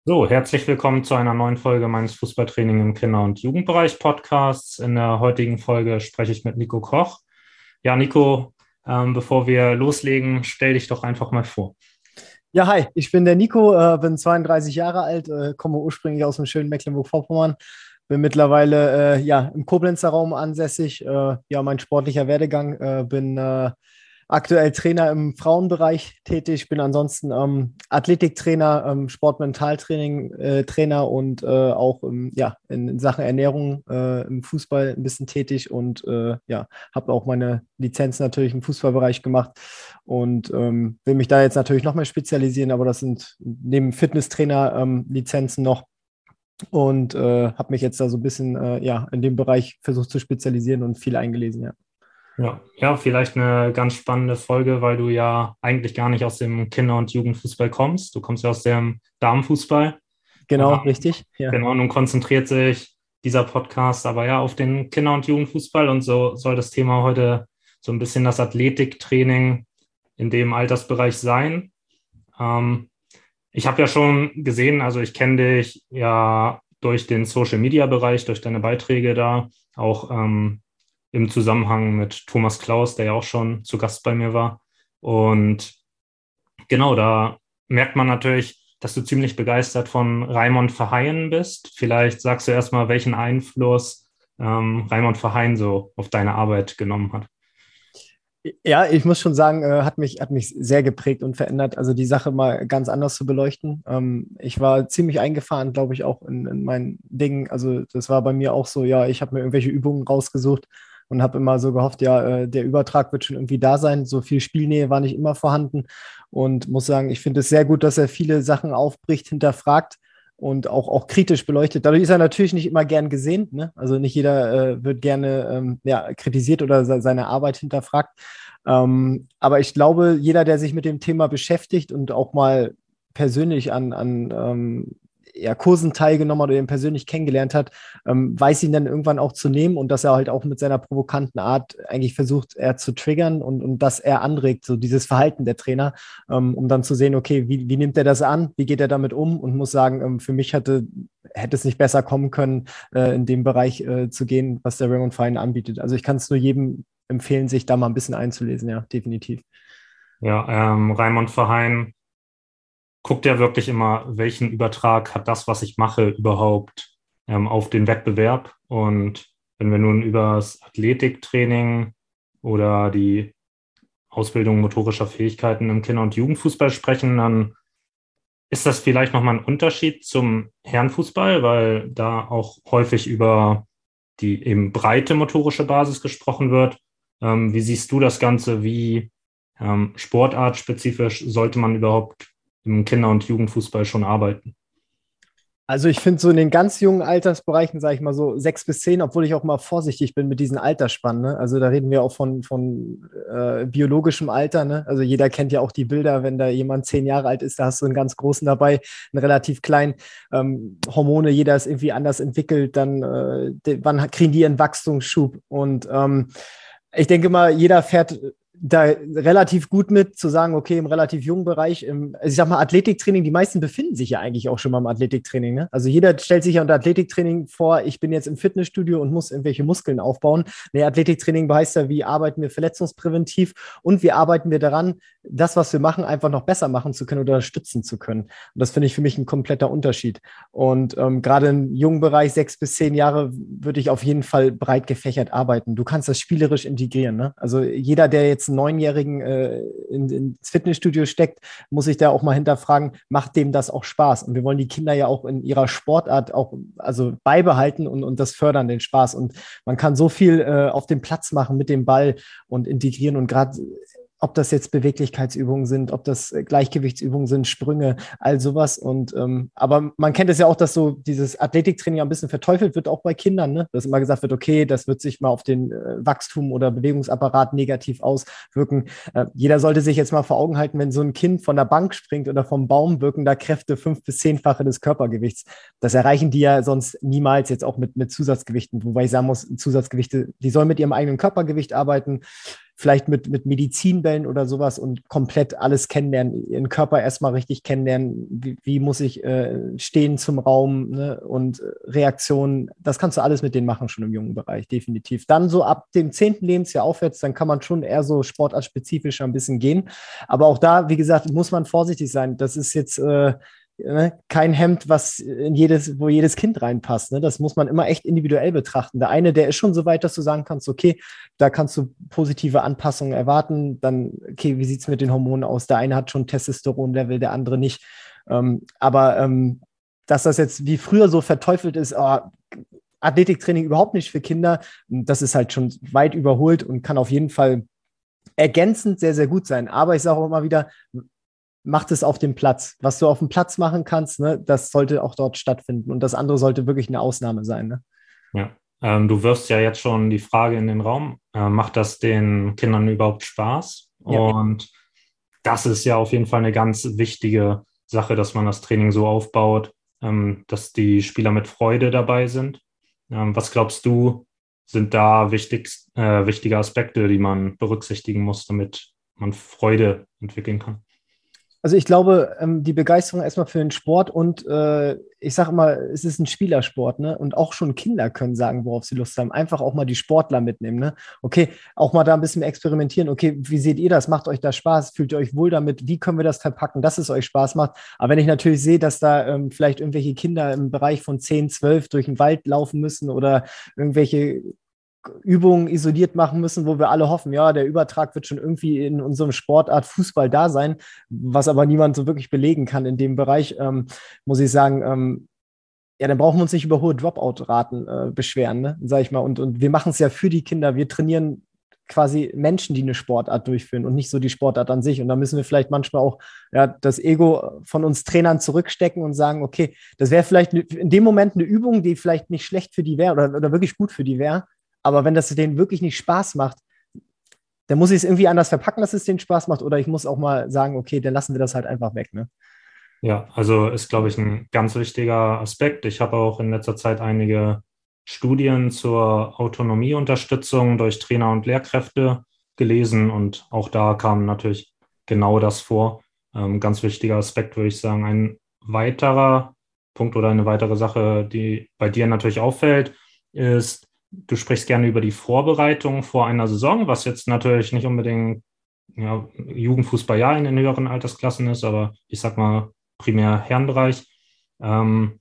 So, herzlich willkommen zu einer neuen Folge meines Fußballtraining im Kinder- und Jugendbereich Podcasts. In der heutigen Folge spreche ich mit Nico Koch. Ja, Nico, bevor wir loslegen, stell dich doch einfach mal vor. Ja, hi, ich bin der Nico, bin 32 Jahre alt, komme ursprünglich aus dem schönen Mecklenburg-Vorpommern, bin mittlerweile ja, im Koblenzer Raum ansässig. Ja, mein sportlicher Werdegang, bin aktuell Trainer im Frauenbereich tätig, bin ansonsten Athletiktrainer, Sportmentaltraining Trainer und auch ja, in Sachen Ernährung im Fußball ein bisschen tätig und ja, habe auch meine Lizenz natürlich im Fußballbereich gemacht und will mich da jetzt natürlich noch mehr spezialisieren, aber das sind neben Fitnesstrainer Lizenzen noch und habe mich jetzt da so ein bisschen ja, in dem Bereich versucht zu spezialisieren und viel eingelesen, ja. Ja, vielleicht eine ganz spannende Folge, weil du ja eigentlich gar nicht aus dem Kinder- und Jugendfußball kommst. Du kommst ja aus dem Damenfußball. Genau, Ähm, richtig, ja. genau, nun konzentriert sich dieser Podcast aber ja auf den Kinder- und Jugendfußball und so soll das Thema heute so ein bisschen das Athletiktraining in dem Altersbereich sein. Ähm, Ich habe ja schon gesehen, also ich kenne dich ja durch den Social-Media-Bereich, durch deine Beiträge da, auch im Zusammenhang mit Thomas Klaus, der ja auch schon zu Gast bei mir war. Und genau, da merkt man natürlich, dass du ziemlich begeistert von Raimund Verheyen bist. Vielleicht sagst du erstmal, welchen Einfluss Raimund Verheyen so auf deine Arbeit genommen hat. Ja, ich muss schon sagen, hat mich sehr geprägt und verändert, also die Sache mal ganz anders zu beleuchten. Ich war ziemlich eingefahren, glaube ich, auch in meinen Dingen. Also das war bei mir auch so, ja, ich habe mir irgendwelche Übungen rausgesucht und habe immer so gehofft, ja, der Übertrag wird schon irgendwie da sein. So viel Spielnähe war nicht immer vorhanden und muss sagen, ich finde es sehr gut, dass er viele Sachen aufbricht, hinterfragt und auch kritisch beleuchtet. Dadurch ist er natürlich nicht immer gern gesehen. Ne? Also nicht jeder wird gerne ja, kritisiert oder seine Arbeit hinterfragt. Aber ich glaube, jeder, der sich mit dem Thema beschäftigt und auch mal persönlich an ja, Kursen teilgenommen hat oder ihn persönlich kennengelernt hat, weiß ihn dann irgendwann auch zu nehmen und dass er halt auch mit seiner provokanten Art eigentlich versucht, er zu triggern und dass er anregt, so dieses Verhalten der Trainer, um dann zu sehen, okay, wie nimmt er das an, wie geht er damit um und muss sagen, für mich hätte es nicht besser kommen können, in dem Bereich zu gehen, was der Raymond Fine anbietet. Also ich kann es nur jedem empfehlen, sich da mal ein bisschen einzulesen, ja, definitiv. Ja, Raimund Verheyen guckt ja wirklich immer, welchen Übertrag hat das, was ich mache, überhaupt auf den Wettbewerb. Und wenn wir nun über das Athletiktraining oder die Ausbildung motorischer Fähigkeiten im Kinder- und Jugendfußball sprechen, dann ist das vielleicht nochmal ein Unterschied zum Herrenfußball, weil da auch häufig über die eben breite motorische Basis gesprochen wird. Wie siehst du das Ganze? Wie sportartspezifisch sollte man überhaupt im Kinder- und Jugendfußball schon arbeiten? Also ich finde so in den ganz jungen Altersbereichen, sage ich mal so 6 bis 10, obwohl ich auch mal vorsichtig bin mit diesen Altersspannen. Ne? Also da reden wir auch von biologischem Alter. Ne? Also jeder kennt ja auch die Bilder, wenn da jemand 10 Jahre alt ist, da hast du einen ganz großen dabei, einen relativ kleinen. Hormone, jeder ist irgendwie anders entwickelt, dann wann kriegen die ihren Wachstumsschub? Und ich denke mal, jeder fährt da relativ gut mit, zu sagen, okay, im relativ jungen Bereich, also ich sag mal, Athletiktraining, die meisten befinden sich ja eigentlich auch schon mal im Athletiktraining. Ne? Also jeder stellt sich ja unter Athletiktraining vor, ich bin jetzt im Fitnessstudio und muss irgendwelche Muskeln aufbauen. Nee, Athletiktraining heißt ja, wie arbeiten wir verletzungspräventiv und wie arbeiten wir daran, das, was wir machen, einfach noch besser machen zu können oder unterstützen zu können. Und das finde ich für mich ein kompletter Unterschied. Und gerade im jungen Bereich, 6 bis 10 Jahre, würde ich auf jeden Fall breit gefächert arbeiten. Du kannst das spielerisch integrieren. Ne? Also jeder, der jetzt einen Neunjährigen ins Fitnessstudio steckt, muss sich da auch mal hinterfragen, macht dem das auch Spaß? Und wir wollen die Kinder ja auch in ihrer Sportart auch also beibehalten und das fördern, den Spaß. Und man kann so viel auf dem Platz machen mit dem Ball und integrieren und gerade ob das jetzt Beweglichkeitsübungen sind, ob das Gleichgewichtsübungen sind, Sprünge, all sowas. Und aber man kennt es ja auch, dass so dieses Athletiktraining ein bisschen verteufelt wird, auch bei Kindern, ne? Dass immer gesagt wird, okay, das wird sich mal auf den Wachstum oder Bewegungsapparat negativ auswirken. Jeder sollte sich jetzt mal vor Augen halten, wenn so ein Kind von der Bank springt oder vom Baum, wirken da Kräfte 5 bis 10-fache des Körpergewichts. Das erreichen die ja sonst niemals jetzt auch mit Zusatzgewichten, wobei ich sagen muss, Zusatzgewichte, die sollen mit ihrem eigenen Körpergewicht arbeiten. vielleicht mit Medizinbällen oder sowas und komplett alles kennenlernen, ihren Körper erstmal richtig kennenlernen, wie muss ich stehen zum Raum, ne? Und Reaktionen, das kannst du alles mit denen machen, schon im jungen Bereich, definitiv. Dann so ab dem 10. Lebensjahr aufwärts, dann kann man schon eher so sportartspezifischer ein bisschen gehen. Aber auch da, wie gesagt, muss man vorsichtig sein. Das ist jetzt kein Hemd, wo jedes Kind reinpasst. Ne? Das muss man immer echt individuell betrachten. Der eine, der ist schon so weit, dass du sagen kannst, okay, da kannst du positive Anpassungen erwarten. Dann, okay, wie sieht es mit den Hormonen aus? Der eine hat schon Testosteronlevel, der andere nicht. Aber dass das jetzt wie früher so verteufelt ist, Athletiktraining überhaupt nicht für Kinder, das ist halt schon weit überholt und kann auf jeden Fall ergänzend sehr, sehr gut sein. Aber ich sage auch immer wieder, macht es auf dem Platz. Was du auf dem Platz machen kannst, ne, das sollte auch dort stattfinden. Und das andere sollte wirklich eine Ausnahme sein. Ne? Ja, du wirfst ja jetzt schon die Frage in den Raum, macht das den Kindern überhaupt Spaß? Ja. Und das ist ja auf jeden Fall eine ganz wichtige Sache, dass man das Training so aufbaut, dass die Spieler mit Freude dabei sind. Was glaubst du, sind da wichtige Aspekte, die man berücksichtigen muss, damit man Freude entwickeln kann? Also ich glaube, die Begeisterung erstmal für den Sport und ich sage immer, es ist ein Spielersport, ne? Und auch schon Kinder können sagen, worauf sie Lust haben. Einfach auch mal die Sportler mitnehmen, ne? Okay, auch mal da ein bisschen experimentieren. Okay, wie seht ihr das? Macht euch das Spaß? Fühlt ihr euch wohl damit? Wie können wir das verpacken, dass es euch Spaß macht? Aber wenn ich natürlich sehe, dass da vielleicht irgendwelche Kinder im Bereich von 10, 12 durch den Wald laufen müssen oder irgendwelche Übungen isoliert machen müssen, wo wir alle hoffen, ja, der Übertrag wird schon irgendwie in unserem Sportart Fußball da sein, was aber niemand so wirklich belegen kann in dem Bereich, muss ich sagen, ja, dann brauchen wir uns nicht über hohe Dropout-Raten beschweren, ne? Sag ich mal. Und wir machen es ja für die Kinder, wir trainieren quasi Menschen, die eine Sportart durchführen und nicht so die Sportart an sich. Und da müssen wir vielleicht manchmal auch das Ego von uns Trainern zurückstecken und sagen, okay, das wäre vielleicht in dem Moment eine Übung, die vielleicht nicht schlecht für die wäre oder wirklich gut für die wäre. Aber wenn das denen wirklich nicht Spaß macht, dann muss ich es irgendwie anders verpacken, dass es denen Spaß macht. Oder ich muss auch mal sagen, okay, dann lassen wir das halt einfach weg. Ne? Ja, also ist, glaube ich, ein ganz wichtiger Aspekt. Ich habe auch in letzter Zeit einige Studien zur Autonomieunterstützung durch Trainer und Lehrkräfte gelesen. Und auch da kam natürlich genau das vor. Ganz wichtiger Aspekt, würde ich sagen. Ein weiterer Punkt oder eine weitere Sache, die bei dir natürlich auffällt, ist, du sprichst gerne über die Vorbereitung vor einer Saison, was jetzt natürlich nicht unbedingt Jugendfußball ja in den höheren Altersklassen ist, aber ich sag mal primär Herrenbereich. Und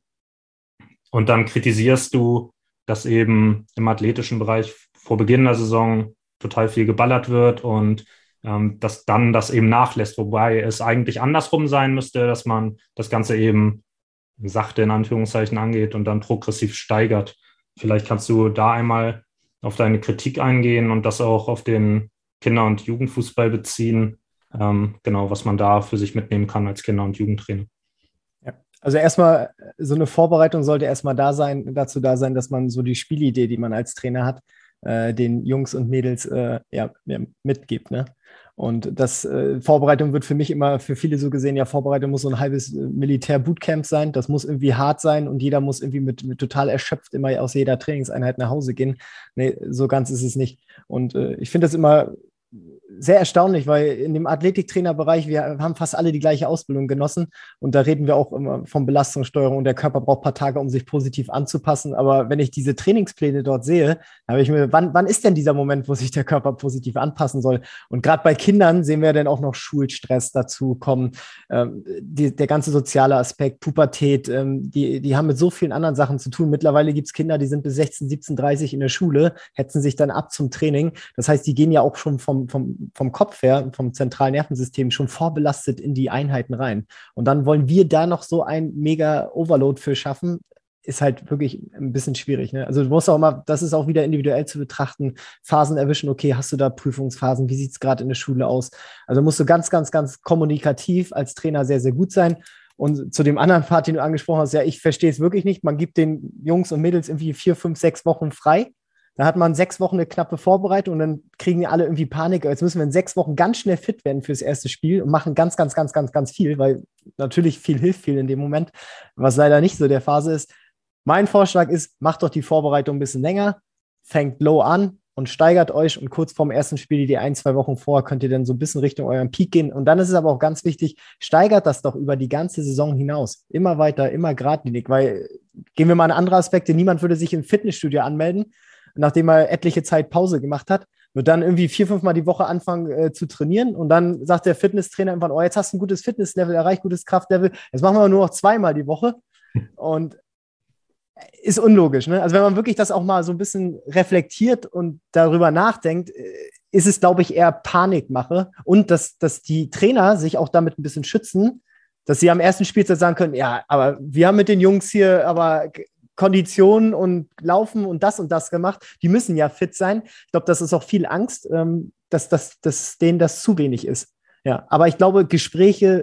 dann kritisierst du, dass eben im athletischen Bereich vor Beginn der Saison total viel geballert wird und dass dann das eben nachlässt, wobei es eigentlich andersrum sein müsste, dass man das Ganze eben sachte in Anführungszeichen angeht und dann progressiv steigert. Vielleicht kannst du da einmal auf deine Kritik eingehen und das auch auf den Kinder- und Jugendfußball beziehen, genau, was man da für sich mitnehmen kann als Kinder- und Jugendtrainer. Ja. Also erstmal, so eine Vorbereitung sollte erstmal dazu da sein, dass man so die Spielidee, die man als Trainer hat, den Jungs und Mädels mitgibt. Ne? Und das Vorbereitung wird für mich immer für viele so gesehen, ja, Vorbereitung muss so ein halbes Militär-Bootcamp sein. Das muss irgendwie hart sein und jeder muss irgendwie mit total erschöpft immer aus jeder Trainingseinheit nach Hause gehen. Nee, so ganz ist es nicht. Und ich finde das immer sehr erstaunlich, weil in dem Athletiktrainerbereich, wir haben fast alle die gleiche Ausbildung genossen und da reden wir auch immer von Belastungssteuerung und der Körper braucht ein paar Tage, um sich positiv anzupassen. Aber wenn ich diese Trainingspläne dort sehe, habe ich mir, wann ist denn dieser Moment, wo sich der Körper positiv anpassen soll? Und gerade bei Kindern sehen wir dann auch noch Schulstress dazu kommen, der ganze soziale Aspekt, Pubertät, die haben mit so vielen anderen Sachen zu tun. Mittlerweile gibt es Kinder, die sind bis 16, 17, 30 in der Schule, hetzen sich dann ab zum Training. Das heißt, die gehen ja auch schon vom Kopf her, vom zentralen Nervensystem schon vorbelastet in die Einheiten rein. Und dann wollen wir da noch so ein mega Overload für schaffen, ist halt wirklich ein bisschen schwierig. Ne? Also du musst auch mal, das ist auch wieder individuell zu betrachten, Phasen erwischen, okay, hast du da Prüfungsphasen, wie sieht es gerade in der Schule aus? Also musst du ganz, ganz, ganz kommunikativ als Trainer sehr, sehr gut sein. Und zu dem anderen Part, den du angesprochen hast, ja, ich verstehe es wirklich nicht. Man gibt den Jungs und Mädels irgendwie 4, 5, 6 Wochen frei. Da hat man 6 Wochen eine knappe Vorbereitung und dann kriegen die alle irgendwie Panik. Jetzt müssen wir in 6 Wochen ganz schnell fit werden fürs erste Spiel und machen ganz, ganz, ganz, ganz, ganz viel, weil natürlich viel hilft viel in dem Moment, was leider nicht so der Phase ist. Mein Vorschlag ist, macht doch die Vorbereitung ein bisschen länger, fängt low an und steigert euch und kurz vorm ersten Spiel, die 1, 2 Wochen vor, könnt ihr dann so ein bisschen Richtung euren Peak gehen. Und dann ist es aber auch ganz wichtig, steigert das doch über die ganze Saison hinaus. Immer weiter, immer geradlinig, weil gehen wir mal an andere Aspekte, niemand würde sich im Fitnessstudio anmelden, nachdem er etliche Zeit Pause gemacht hat, wird dann irgendwie 4, 5 Mal die Woche anfangen zu trainieren und dann sagt der Fitnesstrainer irgendwann, oh, jetzt hast du ein gutes Fitnesslevel erreicht, gutes Kraftlevel, jetzt machen wir nur noch 2-mal die Woche und ist unlogisch, ne? Also wenn man wirklich das auch mal so ein bisschen reflektiert und darüber nachdenkt, ist es, glaube ich, eher Panikmache und dass die Trainer sich auch damit ein bisschen schützen, dass sie am ersten Spieltag sagen können, ja, aber wir haben mit den Jungs hier aber Konditionen und Laufen und das gemacht, die müssen ja fit sein. Ich glaube, das ist auch viel Angst, dass denen das zu wenig ist. Ja, aber ich glaube, Gespräche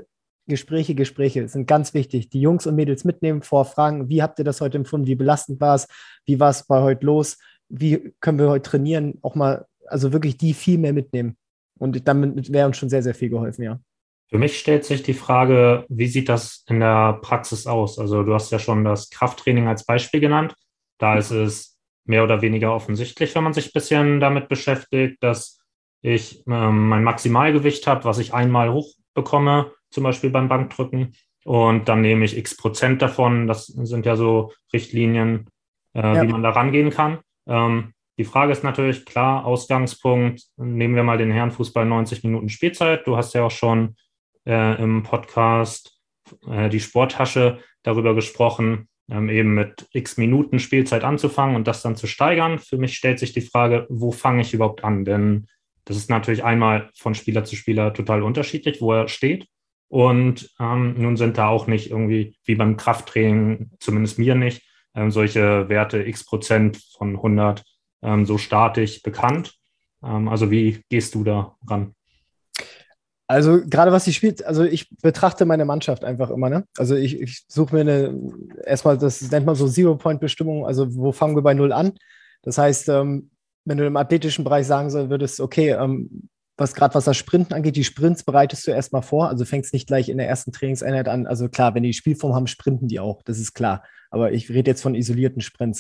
sind ganz wichtig. Die Jungs und Mädels mitnehmen, vorfragen, wie habt ihr das heute empfunden, wie belastend war es, wie war es bei heute los, wie können wir heute trainieren, auch mal, also wirklich die viel mehr mitnehmen. Und damit wäre uns schon sehr, sehr viel geholfen, ja. Für mich stellt sich die Frage, wie sieht das in der Praxis aus? Also du hast ja schon das Krafttraining als Beispiel genannt. Da ist es mehr oder weniger offensichtlich, wenn man sich ein bisschen damit beschäftigt, dass ich mein Maximalgewicht habe, was ich einmal hochbekomme, zum Beispiel beim Bankdrücken. Und dann nehme ich x% davon. Das sind ja so Richtlinien, wie man da rangehen kann. Die Frage ist natürlich, klar, Ausgangspunkt, nehmen wir mal den Herrenfußball 90 Minuten Spielzeit. Du hast ja auch schon im Podcast die Sporttasche darüber gesprochen, eben mit x Minuten Spielzeit anzufangen und das dann zu steigern. Für mich stellt sich die Frage, wo fange ich überhaupt an? Denn das ist natürlich einmal von Spieler zu Spieler total unterschiedlich, wo er steht. Und nun sind da auch nicht irgendwie, wie beim Krafttraining, zumindest mir nicht, solche Werte x% von 100 so statisch bekannt. Also wie gehst du da ran? Also gerade was sie spielt, also ich betrachte meine Mannschaft einfach immer, ne? Also ich suche mir erstmal, das nennt man so Zero-Point-Bestimmung, also wo fangen wir bei Null an? Das heißt, wenn du im athletischen Bereich sagen würdest, okay, was das Sprinten angeht, die Sprints bereitest du erstmal vor, also fängst nicht gleich in der ersten Trainingseinheit an. Also klar, wenn die Spielform haben, sprinten die auch, das ist klar. Aber ich rede jetzt von isolierten Sprints.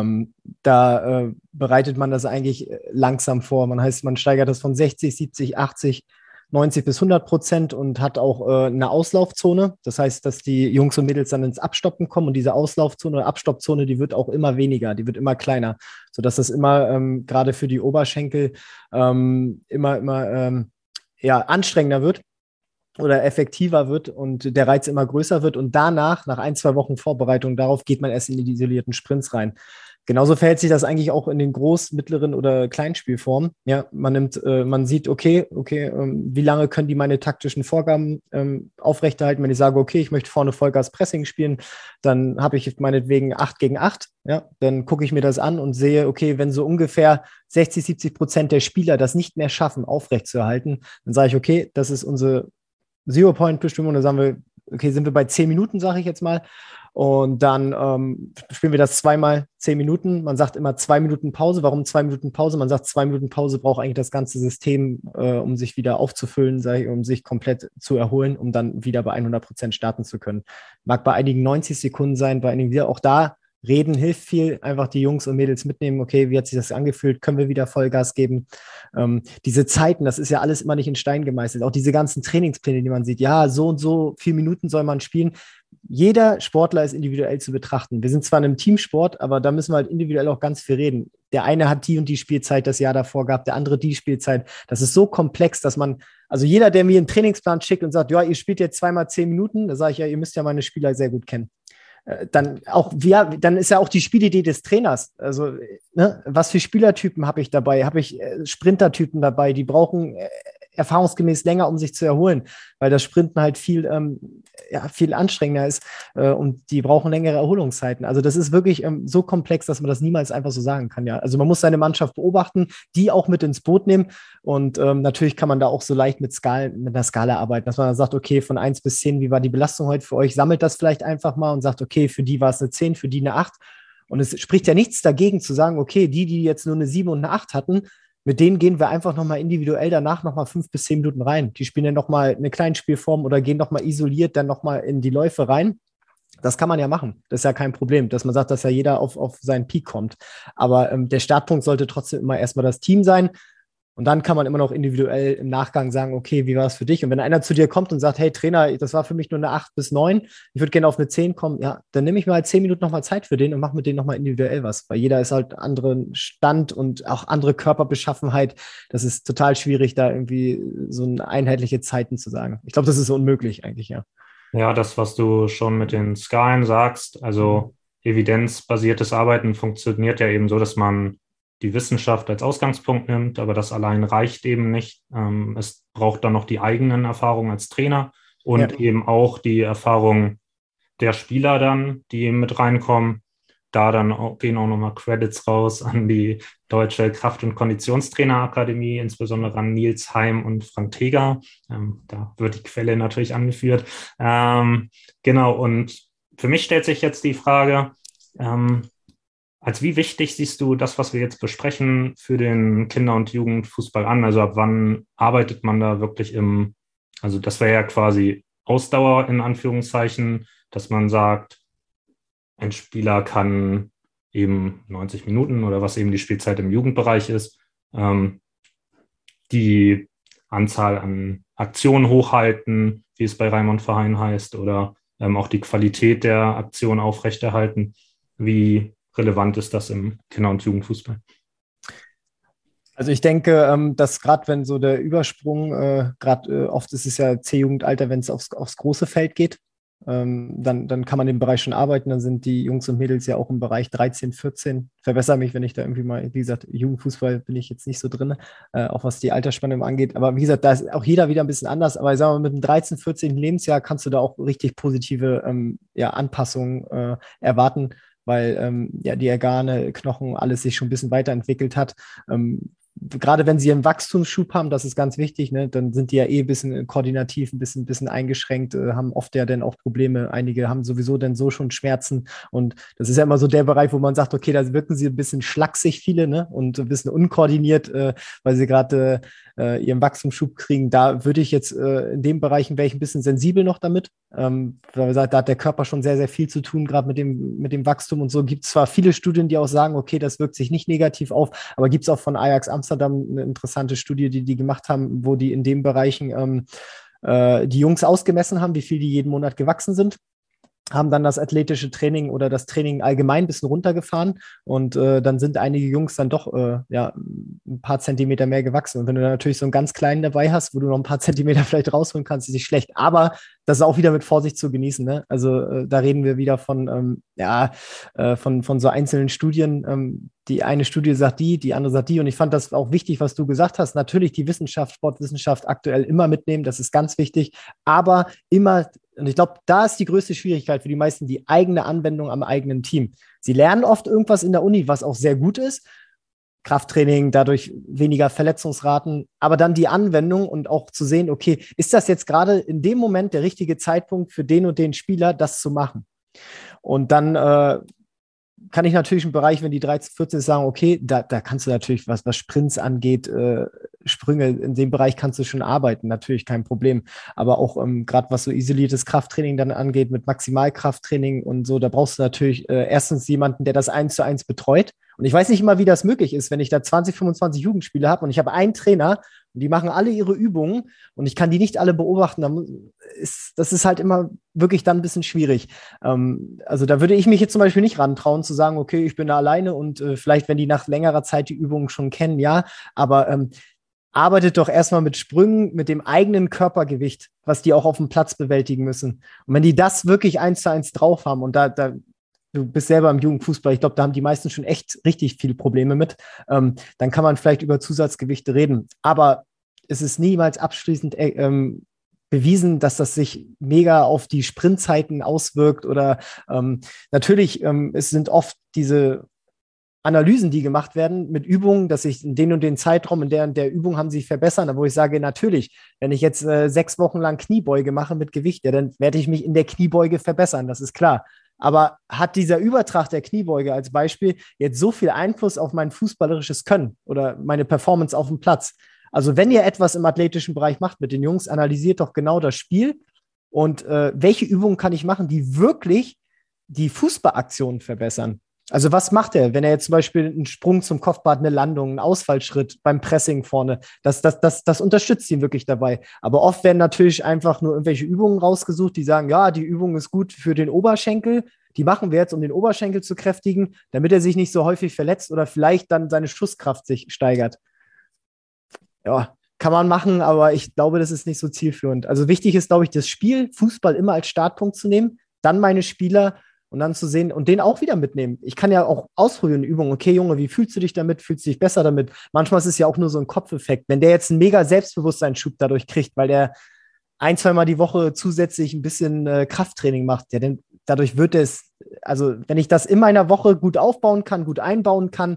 Da bereitet man das eigentlich langsam vor. Man steigert das von 60, 70, 80, 90 bis 100% und hat auch eine Auslaufzone. Das heißt, dass die Jungs und Mädels dann ins Abstoppen kommen und diese Auslaufzone oder Abstoppzone, die wird auch immer weniger, die wird immer kleiner, sodass das immer gerade für die Oberschenkel immer anstrengender wird oder effektiver wird und der Reiz immer größer wird und danach, nach 1, 2 Wochen Vorbereitung darauf, geht man erst in die isolierten Sprints rein. Genauso verhält sich das eigentlich auch in den Groß-, Mittleren oder Kleinspielformen. Ja, man sieht, okay, wie lange können die meine taktischen Vorgaben aufrechterhalten? Wenn ich sage, okay, ich möchte vorne Vollgas-Pressing spielen, dann habe ich meinetwegen 8 gegen 8. Ja, dann gucke ich mir das an und sehe, okay, wenn so ungefähr 60, 70% der Spieler das nicht mehr schaffen, aufrechtzuerhalten, dann sage ich, okay, das ist unsere Zero-Point-Bestimmung. Da sagen wir, okay, sind wir bei 10 Minuten, sage ich jetzt mal. Und dann spielen wir das 2-mal 10 Minuten. Man sagt immer 2 Minuten Pause. Warum 2 Minuten Pause? Man sagt, 2 Minuten Pause braucht eigentlich das ganze System, um sich wieder aufzufüllen, um sich komplett zu erholen, um dann wieder bei 100% starten zu können. Mag bei einigen 90 Sekunden sein, bei einigen wieder. Auch da reden hilft viel. Einfach die Jungs und Mädels mitnehmen. Okay, wie hat sich das angefühlt? Können wir wieder Vollgas geben? Diese Zeiten, das ist ja alles immer nicht in Stein gemeißelt. Auch diese ganzen Trainingspläne, die man sieht. Ja, so und so 4 Minuten soll man spielen. Jeder Sportler ist individuell zu betrachten. Wir sind zwar in einem Teamsport, aber da müssen wir halt individuell auch ganz viel reden. Der eine hat die und die Spielzeit das Jahr davor gehabt, der andere die Spielzeit. Das ist so komplex, dass also jeder, der mir einen Trainingsplan schickt und sagt, ja, ihr spielt jetzt 2-mal 10 Minuten, da sage ich ja, ihr müsst ja meine Spieler sehr gut kennen. Dann ist ja auch die Spielidee des Trainers. Also, ne, was für Spielertypen habe ich dabei? Habe ich Sprintertypen dabei, die brauchen erfahrungsgemäß länger, um sich zu erholen, weil das Sprinten halt viel anstrengender ist und die brauchen längere Erholungszeiten. Also das ist wirklich so komplex, dass man das niemals einfach so sagen kann. Ja, also man muss seine Mannschaft beobachten, die auch mit ins Boot nehmen und natürlich kann man da auch so leicht mit einer Skala arbeiten, dass man dann sagt, okay, von 1 bis 10, wie war die Belastung heute für euch? Sammelt das vielleicht einfach mal und sagt, okay, für die war es eine 10, für die eine 8. Und es spricht ja nichts dagegen zu sagen, okay, die jetzt nur eine 7 und eine 8 hatten, mit denen gehen wir einfach nochmal individuell danach nochmal 5 bis 10 Minuten rein. Die spielen dann nochmal eine Kleinspielform oder gehen nochmal isoliert dann nochmal in die Läufe rein. Das kann man ja machen. Das ist ja kein Problem, dass man sagt, dass ja jeder auf seinen Peak kommt. Aber der Startpunkt sollte trotzdem immer erstmal das Team sein. Und dann kann man immer noch individuell im Nachgang sagen, okay, wie war es für dich? Und wenn einer zu dir kommt und sagt, hey Trainer, das war für mich nur eine 8 bis 9, ich würde gerne auf eine 10 kommen, ja, dann nehme ich mir halt 10 Minuten nochmal Zeit für den und mache mit denen nochmal individuell was. Weil jeder ist halt anderen Stand und auch andere Körperbeschaffenheit. Das ist total schwierig, da irgendwie so eine einheitliche Zeiten zu sagen. Ich glaube, das ist unmöglich eigentlich, ja. Ja, das, was du schon mit den Skalen sagst, also evidenzbasiertes Arbeiten funktioniert ja eben so, dass man die Wissenschaft als Ausgangspunkt nimmt, aber das allein reicht eben nicht. Es braucht dann noch die eigenen Erfahrungen als Trainer und eben auch die Erfahrung der Spieler dann, die mit reinkommen. Da dann gehen auch nochmal Credits raus an die Deutsche Kraft- und Konditionstrainerakademie, insbesondere an Nils Heim und Frank Teger. Da wird die Quelle natürlich angeführt. Genau, und für mich stellt sich jetzt die Frage, als wie wichtig siehst du das, was wir jetzt besprechen, für den Kinder- und Jugendfußball an? Also ab wann arbeitet man da wirklich also das wäre ja quasi Ausdauer in Anführungszeichen, dass man sagt, ein Spieler kann eben 90 Minuten oder was eben die Spielzeit im Jugendbereich ist, die Anzahl an Aktionen hochhalten, wie es bei Raimund Verheyen heißt, oder auch die Qualität der Aktion aufrechterhalten. Wie relevant ist das im Kinder- und Jugendfußball? Also ich denke, dass gerade wenn so der Übersprung, oft ist es ja C-Jugendalter, wenn es aufs große Feld geht, dann kann man im Bereich schon arbeiten. Dann sind die Jungs und Mädels ja auch im Bereich 13, 14. Verbessere mich, wenn ich da irgendwie mal, wie gesagt, Jugendfußball bin ich jetzt nicht so drin, auch was die Altersspanne angeht. Aber wie gesagt, da ist auch jeder wieder ein bisschen anders. Aber ich sage mal, mit dem 13, 14. Lebensjahr kannst du da auch richtig positive Anpassungen erwarten, weil ja die Organe, Knochen, alles sich schon ein bisschen weiterentwickelt hat. Gerade wenn sie einen Wachstumsschub haben, das ist ganz wichtig, ne, dann sind die ja ein bisschen koordinativ, ein bisschen eingeschränkt, haben oft ja dann auch Probleme. Einige haben sowieso dann so schon Schmerzen und das ist ja immer so der Bereich, wo man sagt, okay, da wirken sie ein bisschen schlaksig viele, ne, und ein bisschen unkoordiniert, weil sie gerade ihren Wachstumsschub kriegen. Da würde ich jetzt in den Bereichen wäre ich ein bisschen sensibel noch damit, weil da hat der Körper schon sehr, sehr viel zu tun, gerade mit dem Wachstum und so. Gibt es zwar viele Studien, die auch sagen, okay, das wirkt sich nicht negativ auf, aber gibt es auch von Ajax Amsterdam eine interessante Studie, die gemacht haben, wo die in den Bereichen die Jungs ausgemessen haben, wie viel die jeden Monat gewachsen sind, haben dann das athletische Training oder das Training allgemein ein bisschen runtergefahren und dann sind einige Jungs dann doch ein paar Zentimeter mehr gewachsen. Und wenn du dann natürlich so einen ganz kleinen dabei hast, wo du noch ein paar Zentimeter vielleicht rausholen kannst, ist nicht schlecht. Aber das ist auch wieder mit Vorsicht zu genießen. Ne? Also da reden wir wieder von so einzelnen Studien. Die eine Studie sagt die andere sagt die. Und ich fand das auch wichtig, was du gesagt hast. Natürlich die Wissenschaft, Sportwissenschaft aktuell immer mitnehmen, das ist ganz wichtig. Aber immer, und ich glaube, da ist die größte Schwierigkeit für die meisten, die eigene Anwendung am eigenen Team. Sie lernen oft irgendwas in der Uni, was auch sehr gut ist. Krafttraining, dadurch weniger Verletzungsraten, aber dann die Anwendung und auch zu sehen, okay, ist das jetzt gerade in dem Moment der richtige Zeitpunkt für den und den Spieler, das zu machen? Und dann kann ich natürlich im Bereich, wenn die 13, 14 sagen, okay, da kannst du natürlich, was Sprints angeht, Sprünge, in dem Bereich kannst du schon arbeiten, natürlich kein Problem. Aber auch gerade was so isoliertes Krafttraining dann angeht, mit Maximalkrafttraining und so, da brauchst du natürlich erstens jemanden, der das 1:1 betreut. Und ich weiß nicht immer, wie das möglich ist, wenn ich da 20, 25 Jugendspieler habe und ich habe einen Trainer und die machen alle ihre Übungen und ich kann die nicht alle beobachten, das ist halt immer wirklich dann ein bisschen schwierig. Also da würde ich mich jetzt zum Beispiel nicht rantrauen, zu sagen, okay, ich bin da alleine und vielleicht, wenn die nach längerer Zeit die Übungen schon kennen, ja, aber arbeitet doch erstmal mit Sprüngen, mit dem eigenen Körpergewicht, was die auch auf dem Platz bewältigen müssen. Und wenn die das wirklich 1:1 drauf haben und du bist selber im Jugendfußball, ich glaube, da haben die meisten schon echt richtig viele Probleme mit, dann kann man vielleicht über Zusatzgewichte reden. Aber es ist niemals abschließend bewiesen, dass das sich mega auf die Sprintzeiten auswirkt oder natürlich, es sind oft diese Analysen, die gemacht werden mit Übungen, dass sich in den und den Zeitraum, in der und der Übung haben sie sich verbessert, wo ich sage, natürlich, wenn ich jetzt 6 Wochen lang Kniebeuge mache mit Gewicht, ja, dann werde ich mich in der Kniebeuge verbessern, das ist klar. Aber hat dieser Übertrag der Kniebeuge als Beispiel jetzt so viel Einfluss auf mein fußballerisches Können oder meine Performance auf dem Platz? Also wenn ihr etwas im athletischen Bereich macht mit den Jungs, analysiert doch genau das Spiel und welche Übungen kann ich machen, die wirklich die Fußballaktionen verbessern. Also was macht er, wenn er jetzt zum Beispiel einen Sprung zum Kopfball, eine Landung, einen Ausfallschritt beim Pressing vorne, das unterstützt ihn wirklich dabei. Aber oft werden natürlich einfach nur irgendwelche Übungen rausgesucht, die sagen, ja, die Übung ist gut für den Oberschenkel, die machen wir jetzt, um den Oberschenkel zu kräftigen, damit er sich nicht so häufig verletzt oder vielleicht dann seine Schusskraft sich steigert. Ja, kann man machen, aber ich glaube, das ist nicht so zielführend. Also wichtig ist, glaube ich, das Spiel, Fußball immer als Startpunkt zu nehmen, dann meine Spieler und dann zu sehen und den auch wieder mitnehmen. Ich kann ja auch ausprobieren, Übungen. Okay, Junge, wie fühlst du dich damit? Fühlst du dich besser damit? Manchmal ist es ja auch nur so ein Kopfeffekt. Wenn der jetzt einen mega Selbstbewusstseinsschub dadurch kriegt, weil der ein, zweimal die Woche zusätzlich ein bisschen Krafttraining macht, ja, denn dadurch wird es, also wenn ich das in meiner Woche gut aufbauen kann, gut einbauen kann,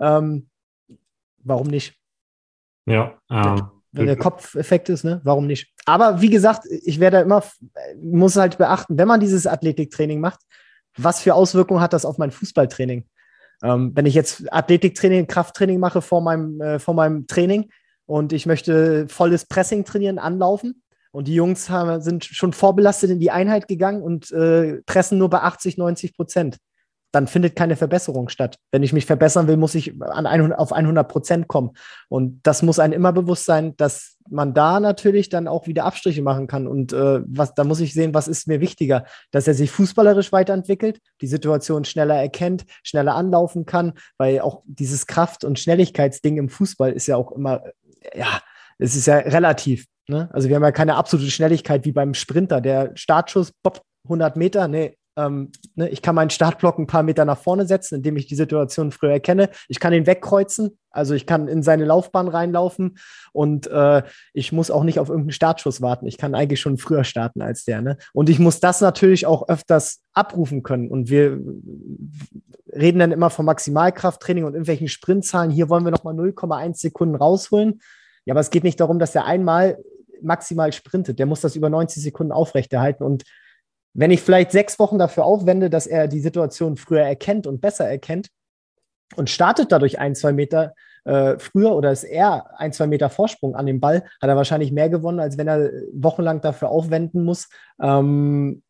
warum nicht? Ja, wenn der Kopfeffekt ist, ne? Warum nicht? Aber wie gesagt, ich werde immer, muss halt beachten, wenn man dieses Athletiktraining macht, was für Auswirkungen hat das auf mein Fußballtraining? Wenn ich jetzt Athletiktraining, Krafttraining mache vor meinem Training und ich möchte volles Pressing trainieren, anlaufen und die Jungs sind schon vorbelastet in die Einheit gegangen und pressen nur bei 80-90%, dann findet keine Verbesserung statt. Wenn ich mich verbessern will, muss ich auf 100% kommen. Und das muss einem immer bewusst sein, dass man da natürlich dann auch wieder Abstriche machen kann. Und da muss ich sehen, was ist mir wichtiger, dass er sich fußballerisch weiterentwickelt, die Situation schneller erkennt, schneller anlaufen kann, weil auch dieses Kraft- und Schnelligkeitsding im Fußball ist ja auch immer, ja, es ist ja relativ. Ne? Also wir haben ja keine absolute Schnelligkeit wie beim Sprinter. Der Startschuss, 100 Meter, nee, ich kann meinen Startblock ein paar Meter nach vorne setzen, indem ich die Situation früher erkenne. Ich kann ihn wegkreuzen, also ich kann in seine Laufbahn reinlaufen und ich muss auch nicht auf irgendeinen Startschuss warten. Ich kann eigentlich schon früher starten als der. Ne? Und ich muss das natürlich auch öfters abrufen können. Und wir reden dann immer vom Maximalkrafttraining und irgendwelchen Sprintzahlen. Hier wollen wir nochmal 0,1 Sekunden rausholen. Ja, aber es geht nicht darum, dass er einmal maximal sprintet. Der muss das über 90 Sekunden aufrechterhalten. Und wenn ich vielleicht 6 Wochen dafür aufwende, dass er die Situation früher erkennt und besser erkennt und startet dadurch 1-2 Meter früher oder ist er 1-2 Meter Vorsprung an dem Ball, hat er wahrscheinlich mehr gewonnen, als wenn er wochenlang dafür aufwenden muss, um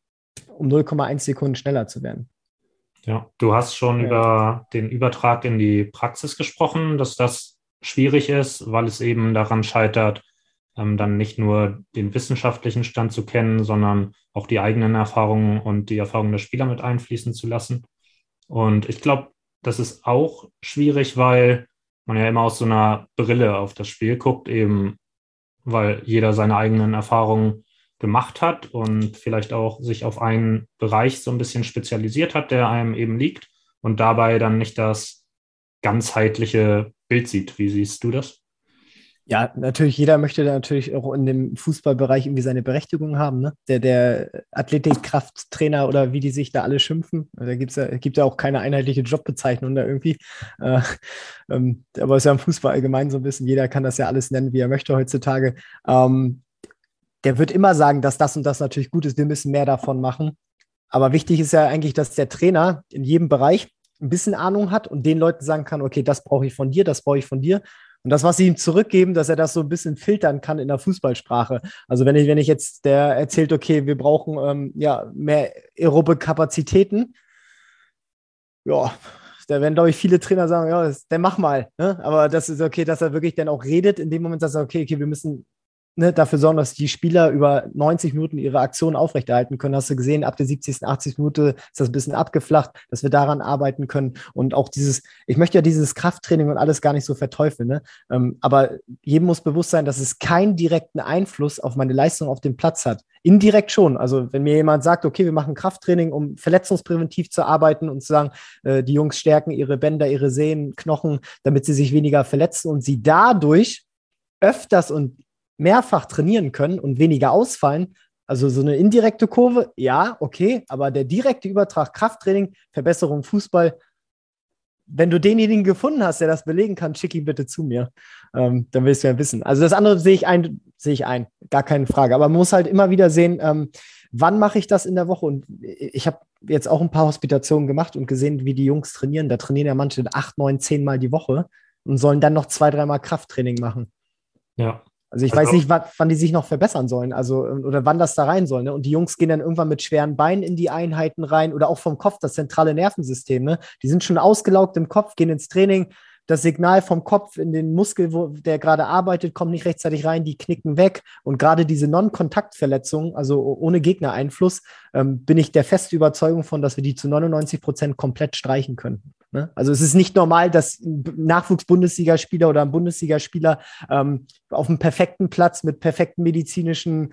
0,1 Sekunden schneller zu werden. Ja, du hast schon über den Übertrag in die Praxis gesprochen, dass das schwierig ist, weil es eben daran scheitert, dann nicht nur den wissenschaftlichen Stand zu kennen, sondern auch die eigenen Erfahrungen und die Erfahrungen der Spieler mit einfließen zu lassen. Und ich glaube, das ist auch schwierig, weil man ja immer aus so einer Brille auf das Spiel guckt, eben weil jeder seine eigenen Erfahrungen gemacht hat und vielleicht auch sich auf einen Bereich so ein bisschen spezialisiert hat, der einem eben liegt und dabei dann nicht das ganzheitliche Bild sieht. Wie siehst du das? Ja, natürlich, jeder möchte da natürlich auch in dem Fußballbereich irgendwie seine Berechtigung haben, ne? Der Athletikkrafttrainer oder wie die sich da alle schimpfen. Da gibt ja auch keine einheitliche Jobbezeichnung da irgendwie. Aber es ist ja im Fußball allgemein so ein bisschen, jeder kann das ja alles nennen, wie er möchte heutzutage. Der wird immer sagen, dass das und das natürlich gut ist, wir müssen mehr davon machen. Aber wichtig ist ja eigentlich, dass der Trainer in jedem Bereich ein bisschen Ahnung hat und den Leuten sagen kann, okay, das brauche ich von dir, das brauche ich von dir. Und das, was sie ihm zurückgeben, dass er das so ein bisschen filtern kann in der Fußballsprache. Also wenn ich jetzt, der erzählt, okay, wir brauchen mehr aerobe Kapazitäten, ja, da werden, glaube ich, viele Trainer sagen, ja, dann mach mal. Ne? Aber das ist okay, dass er wirklich dann auch redet, in dem Moment, dass er, okay, wir müssen dafür sorgen, dass die Spieler über 90 Minuten ihre Aktion aufrechterhalten können. Hast du gesehen, ab der 70., 80. Minute ist das ein bisschen abgeflacht, dass wir daran arbeiten können. Und auch ich möchte ja dieses Krafttraining und alles gar nicht so verteufeln, ne? Aber jedem muss bewusst sein, dass es keinen direkten Einfluss auf meine Leistung auf dem Platz hat. Indirekt schon. Also wenn mir jemand sagt, okay, wir machen Krafttraining, um verletzungspräventiv zu arbeiten und zu sagen, die Jungs stärken ihre Bänder, ihre Sehnen, Knochen, damit sie sich weniger verletzen und sie dadurch öfters und mehrfach trainieren können und weniger ausfallen. Also so eine indirekte Kurve, ja, okay, aber der direkte Übertrag Krafttraining, Verbesserung Fußball, wenn du denjenigen gefunden hast, der das belegen kann, schick ihn bitte zu mir. Dann willst du ja wissen. Also das andere sehe ich ein, gar keine Frage. Aber man muss halt immer wieder sehen, wann mache ich das in der Woche? Und ich habe jetzt auch ein paar Hospitationen gemacht und gesehen, wie die Jungs trainieren. Da trainieren ja manche 8, 9, 10 Mal die Woche und sollen dann noch 2, 3 Mal Krafttraining machen. Ja. Also ich weiß nicht, wann die sich noch verbessern sollen, also oder wann das da rein soll. Ne? Und die Jungs gehen dann irgendwann mit schweren Beinen in die Einheiten rein oder auch vom Kopf, das zentrale Nervensystem. Ne? Die sind schon ausgelaugt im Kopf, gehen ins Training. Das Signal vom Kopf in den Muskel, der gerade arbeitet, kommt nicht rechtzeitig rein, die knicken weg. Und gerade diese Non-Kontakt-Verletzungen, also ohne Gegnereinfluss, bin ich der festen Überzeugung von, dass wir die zu 99% komplett streichen könnten. Ne? Also es ist nicht normal, dass ein Nachwuchs-Bundesligaspieler oder ein Bundesligaspieler auf einem perfekten Platz mit perfekten medizinischen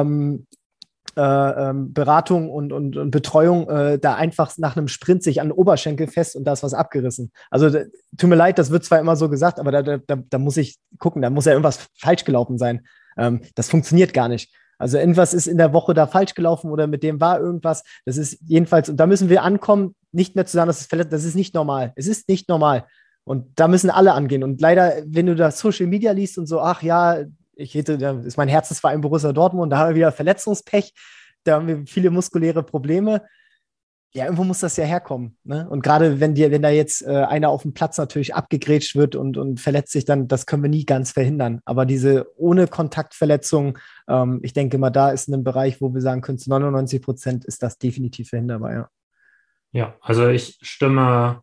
Beratung und Betreuung da einfach nach einem Sprint sich an den Oberschenkel fest und da ist was abgerissen. Also tut mir leid, das wird zwar immer so gesagt, aber da muss ich gucken, da muss ja irgendwas falsch gelaufen sein. Das funktioniert gar nicht. Also irgendwas ist in der Woche da falsch gelaufen oder mit dem war irgendwas. Das ist jedenfalls, und da müssen wir ankommen, nicht mehr zu sagen, das ist nicht normal. Es ist nicht normal. Und da müssen alle angehen. Und leider, wenn du da Social Media liest und so, ach ja, da ist mein Herzensverein Borussia Dortmund, da haben wir wieder Verletzungspech, da haben wir viele muskuläre Probleme. Ja, irgendwo muss das ja herkommen. Ne? Und gerade wenn da jetzt einer auf dem Platz natürlich abgegrätscht wird und verletzt sich, dann, das können wir nie ganz verhindern. Aber diese ohne Kontaktverletzung, ich denke mal, da ist ein Bereich, wo wir sagen können, zu 99% ist das definitiv verhinderbar, ja. Ja, also ich stimme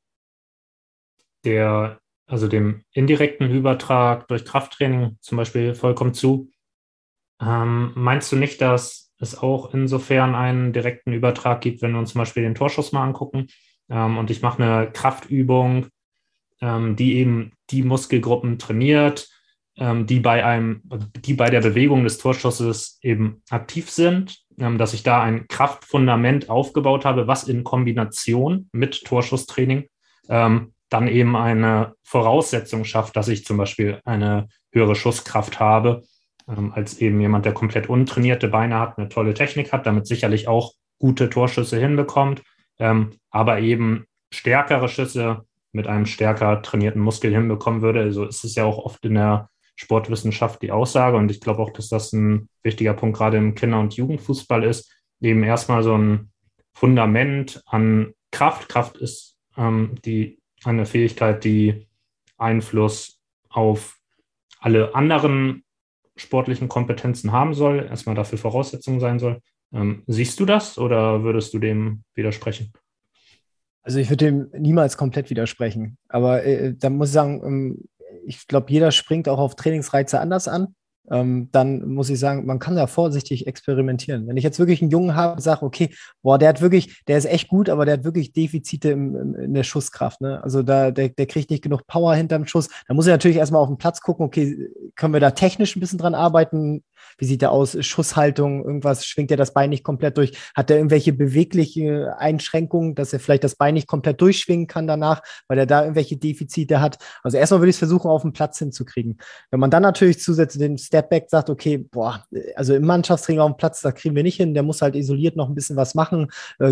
dem indirekten Übertrag durch Krafttraining zum Beispiel vollkommen zu. Meinst du nicht, dass es auch insofern einen direkten Übertrag gibt, wenn wir uns zum Beispiel den Torschuss mal angucken und ich mache eine Kraftübung, die eben die Muskelgruppen trainiert, die bei der Bewegung des Torschusses eben aktiv sind, dass ich da ein Kraftfundament aufgebaut habe, was in Kombination mit Torschusstraining dann eben eine Voraussetzung schafft, dass ich zum Beispiel eine höhere Schusskraft habe, als eben jemand, der komplett untrainierte Beine hat, eine tolle Technik hat, damit sicherlich auch gute Torschüsse hinbekommt, aber eben stärkere Schüsse mit einem stärker trainierten Muskel hinbekommen würde. Also ist es ja auch oft in der Sportwissenschaft die Aussage und ich glaube auch, dass das ein wichtiger Punkt gerade im Kinder- und Jugendfußball ist, eben erstmal so ein Fundament an Kraft. Kraft ist eine Fähigkeit, die Einfluss auf alle anderen sportlichen Kompetenzen haben soll, erstmal dafür Voraussetzung sein soll. Siehst du das oder würdest du dem widersprechen? Also ich würde dem niemals komplett widersprechen. Aber da muss ich sagen, ich glaube, jeder springt auch auf Trainingsreize anders an. Dann muss ich sagen, man kann da vorsichtig experimentieren. Wenn ich jetzt wirklich einen Jungen habe und sage, okay, boah, der ist echt gut, aber der hat wirklich Defizite in der Schusskraft. Ne? Also der kriegt nicht genug Power hinterm Schuss. Da muss ich natürlich erstmal auf den Platz gucken, okay, können wir da technisch ein bisschen dran arbeiten? Wie sieht der aus? Schusshaltung, irgendwas, schwingt er das Bein nicht komplett durch? Hat er irgendwelche bewegliche Einschränkungen, dass er vielleicht das Bein nicht komplett durchschwingen kann danach, weil er da irgendwelche Defizite hat? Also erstmal würde ich es versuchen, auf den Platz hinzukriegen. Wenn man dann natürlich zusätzlich den Stepback sagt, okay, boah, also im Mannschaftstraining auf dem Platz, da kriegen wir nicht hin, der muss halt isoliert noch ein bisschen was machen,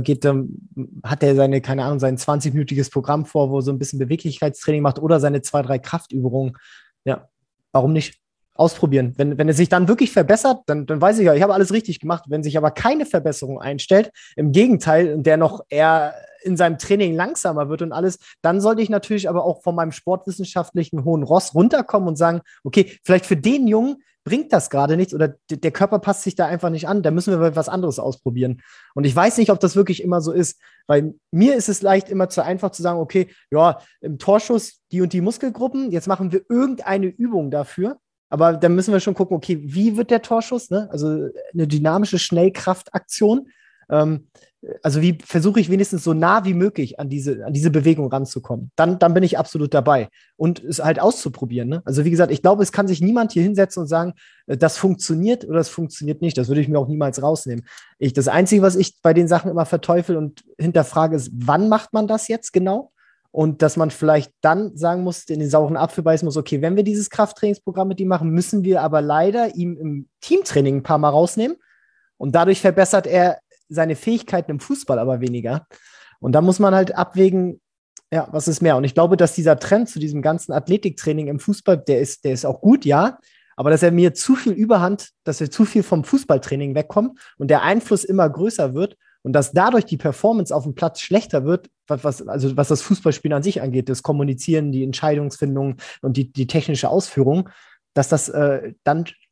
hat er seine, keine Ahnung, sein 20-minütiges Programm vor, wo er so ein bisschen Beweglichkeitstraining macht oder seine 2, 3 Kraftübungen. Ja, warum nicht? Ausprobieren. Wenn es sich dann wirklich verbessert, dann weiß ich ja, ich habe alles richtig gemacht. Wenn sich aber keine Verbesserung einstellt, im Gegenteil, und der noch eher in seinem Training langsamer wird und alles, dann sollte ich natürlich aber auch von meinem sportwissenschaftlichen hohen Ross runterkommen und sagen, okay, vielleicht für den Jungen bringt das gerade nichts oder der Körper passt sich da einfach nicht an, da müssen wir was anderes ausprobieren. Und ich weiß nicht, ob das wirklich immer so ist, weil mir ist es leicht immer zu einfach zu sagen, okay, ja, im Torschuss die und die Muskelgruppen, jetzt machen wir irgendeine Übung dafür. Aber dann müssen wir schon gucken, okay, wie wird der Torschuss? Ne? Also eine dynamische Schnellkraftaktion. Also wie versuche ich wenigstens so nah wie möglich an diese Bewegung ranzukommen. Dann bin ich absolut dabei. Und es halt auszuprobieren. Ne? Also wie gesagt, ich glaube, es kann sich niemand hier hinsetzen und sagen, das funktioniert oder das funktioniert nicht. Das würde ich mir auch niemals rausnehmen. Das Einzige, was ich bei den Sachen immer verteufel und hinterfrage, ist, wann macht man das jetzt genau? Und dass man vielleicht dann sagen muss, in den sauren Apfel beißen muss, okay, wenn wir dieses Krafttrainingsprogramm mit ihm machen, müssen wir aber leider ihm im Teamtraining ein paar Mal rausnehmen. Und dadurch verbessert er seine Fähigkeiten im Fußball aber weniger. Und da muss man halt abwägen, ja, was ist mehr? Und ich glaube, dass dieser Trend zu diesem ganzen Athletiktraining im Fußball, der ist auch gut, ja, aber dass er mir zu viel Überhand, dass wir zu viel vom Fußballtraining wegkommen und der Einfluss immer größer wird und dass dadurch die Performance auf dem Platz schlechter wird, was das Fußballspielen an sich angeht, das Kommunizieren, die Entscheidungsfindung und die technische Ausführung, dass das dann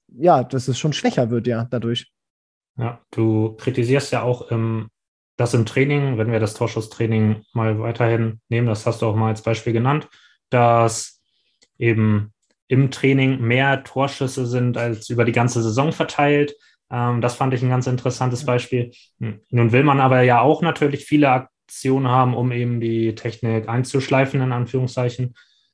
ja, dass es schon schwächer wird, ja, dadurch. Ja, du kritisierst ja auch das im Training, wenn wir das Torschusstraining mal weiterhin nehmen, das hast du auch mal als Beispiel genannt, dass eben im Training mehr Torschüsse sind als über die ganze Saison verteilt. Das fand ich ein ganz interessantes Beispiel. Nun will man aber ja auch natürlich viele Aktionen haben, um eben die Technik einzuschleifen, in Anführungszeichen.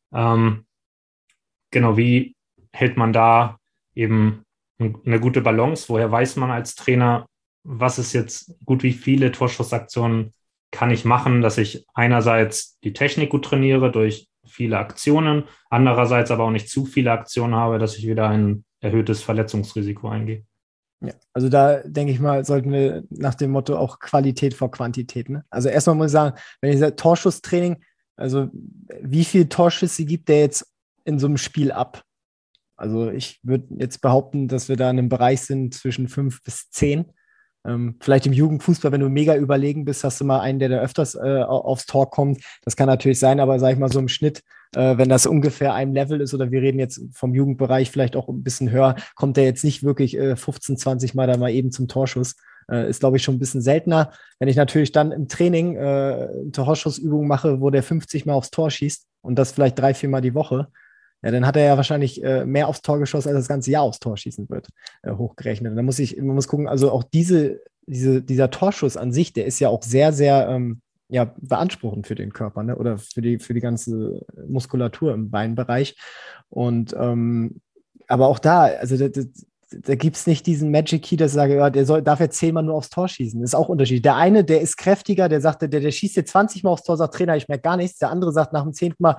Genau, wie hält man da eben eine gute Balance? Woher weiß man als Trainer, was ist jetzt gut, wie viele Torschussaktionen kann ich machen, dass ich einerseits die Technik gut trainiere durch viele Aktionen, andererseits aber auch nicht zu viele Aktionen habe, dass ich wieder ein erhöhtes Verletzungsrisiko eingehe. Ja, also da denke ich mal, sollten wir nach dem Motto auch Qualität vor Quantität. Ne? Also erstmal muss ich sagen, wenn ich sage Torschusstraining, also wie viele Torschüsse gibt der jetzt in so einem Spiel ab? Also ich würde jetzt behaupten, dass wir da in einem Bereich sind zwischen 5 bis 10. Vielleicht im Jugendfußball, wenn du mega überlegen bist, hast du mal einen, der da öfters aufs Tor kommt. Das kann natürlich sein, aber sag ich mal so im Schnitt, wenn das ungefähr ein Level ist oder wir reden jetzt vom Jugendbereich vielleicht auch ein bisschen höher, kommt der jetzt nicht wirklich 15, 20 Mal da mal eben zum Torschuss. Ist, glaube ich, schon ein bisschen seltener. Wenn ich natürlich dann im Training eine Torschussübung mache, wo der 50 Mal aufs Tor schießt und das vielleicht 3, 4 Mal die Woche, ja, dann hat er ja wahrscheinlich mehr aufs Tor geschossen, als das ganze Jahr aufs Tor schießen wird, hochgerechnet. Und dann man muss gucken, also auch dieser Torschuss an sich, der ist ja auch sehr, sehr ja, beanspruchend für den Körper, ne? Oder für die ganze Muskulatur im Beinbereich. Und aber auch da, also da gibt es nicht diesen Magic Key, dass ich sage, ja, darf jetzt 10 Mal nur aufs Tor schießen. Das ist auch unterschiedlich. Der eine, der ist kräftiger, der sagt, der schießt jetzt 20 Mal aufs Tor, sagt Trainer, ich merke gar nichts. Der andere sagt nach dem 10. Mal,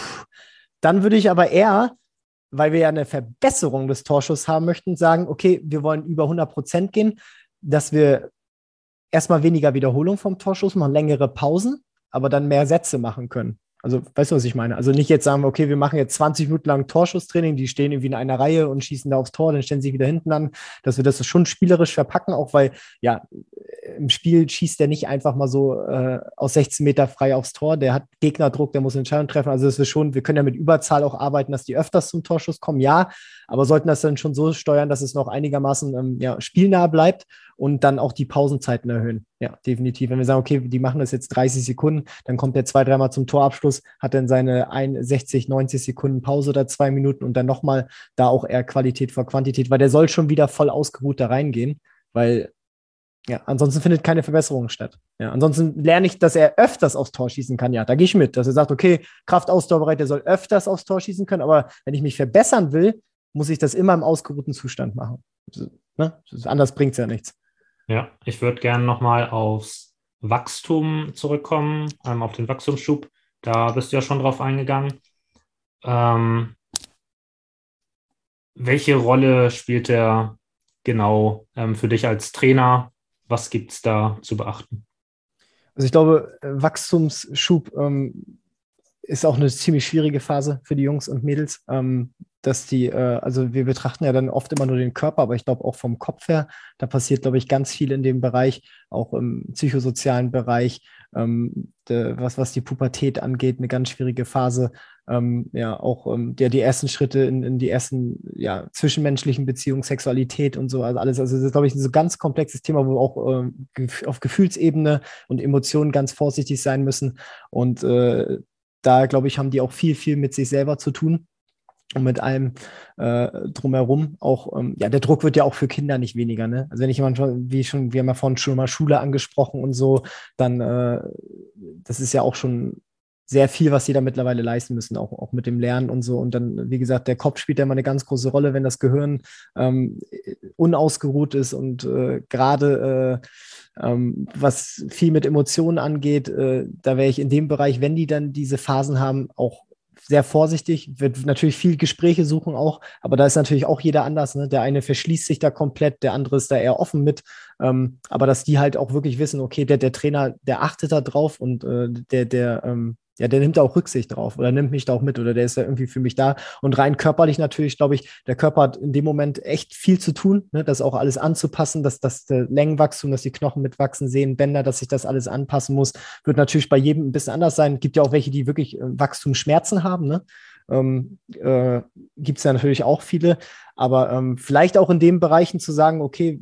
dann würde ich aber eher, weil wir ja eine Verbesserung des Torschusses haben möchten, sagen, okay, wir wollen über 100% gehen, dass wir erstmal weniger Wiederholung vom Torschuss machen, längere Pausen, aber dann mehr Sätze machen können. Also, weißt du, was ich meine? Also nicht jetzt sagen wir, okay, wir machen jetzt 20 Minuten lang Torschusstraining, die stehen irgendwie in einer Reihe und schießen da aufs Tor, dann stellen sie wieder hinten an, dass wir das schon spielerisch verpacken, auch weil, ja, im Spiel schießt der nicht einfach mal so aus 16 Meter frei aufs Tor, der hat Gegnerdruck, der muss Entscheidungen treffen, also das ist schon, wir können ja mit Überzahl auch arbeiten, dass die öfters zum Torschuss kommen, ja, aber sollten das dann schon so steuern, dass es noch einigermaßen ja, spielnah bleibt und dann auch die Pausenzeiten erhöhen. Ja, definitiv. Wenn wir sagen, okay, die machen das jetzt 30 Sekunden, dann kommt der 2, 3 Mal zum Torabschluss, hat dann seine 60, 90 Sekunden Pause oder 2 Minuten und dann nochmal da auch eher Qualität vor Quantität, weil der soll schon wieder voll ausgeruht da reingehen, weil ja, ansonsten findet keine Verbesserung statt. Ja, ansonsten lerne ich, dass er öfters aufs Tor schießen kann. Ja, da gehe ich mit, dass er sagt, okay, Kraftausdauerbereit, der soll öfters aufs Tor schießen können, aber wenn ich mich verbessern will, muss ich das immer im ausgeruhten Zustand machen. Ne? Anders bringt es ja nichts. Ja, ich würde gerne nochmal aufs Wachstum zurückkommen, auf den Wachstumsschub. Da bist du ja schon drauf eingegangen. Welche Rolle spielt der genau für dich als Trainer? Was gibt es da zu beachten? Also ich glaube, Wachstumsschub ist auch eine ziemlich schwierige Phase für die Jungs und Mädels, dass also wir betrachten ja dann oft immer nur den Körper, aber ich glaube auch vom Kopf her, da passiert, glaube ich, ganz viel in dem Bereich, auch im psychosozialen Bereich, was die Pubertät angeht, eine ganz schwierige Phase. Ja, auch die ersten Schritte in die ersten ja, zwischenmenschlichen Beziehungen, Sexualität und so, also alles. Also das ist, glaube ich, ein so ganz komplexes Thema, wo wir auch auf Gefühlsebene und Emotionen ganz vorsichtig sein müssen. Und da, glaube ich, haben die auch viel, viel mit sich selber zu tun und mit allem drumherum. Auch, ja, der Druck wird ja auch für Kinder nicht weniger, ne? Also wenn ich manchmal, wir haben ja vorhin schon mal Schule angesprochen und so, dann, das ist ja auch schon sehr viel, was sie da mittlerweile leisten müssen, auch mit dem Lernen und so. Und dann, wie gesagt, der Kopf spielt ja immer eine ganz große Rolle, wenn das Gehirn unausgeruht ist und gerade was viel mit Emotionen angeht, da wäre ich in dem Bereich, wenn die dann diese Phasen haben, auch sehr vorsichtig, wird natürlich viel Gespräche suchen auch, aber da ist natürlich auch jeder anders. Ne? Der eine verschließt sich da komplett, der andere ist da eher offen mit. Aber dass die halt auch wirklich wissen, okay, der Trainer, der achtet da drauf und ja, der nimmt da auch Rücksicht drauf oder nimmt mich da auch mit oder der ist da irgendwie für mich da. Und rein körperlich natürlich, glaube ich, der Körper hat in dem Moment echt viel zu tun, ne? Das auch alles anzupassen, dass das Längenwachstum, dass die Knochen mitwachsen, Sehnenbänder, dass sich das alles anpassen muss, wird natürlich bei jedem ein bisschen anders sein. Es gibt ja auch welche, die wirklich Wachstumsschmerzen haben, ne? Gibt es ja natürlich auch viele, aber vielleicht auch in den Bereichen zu sagen, okay,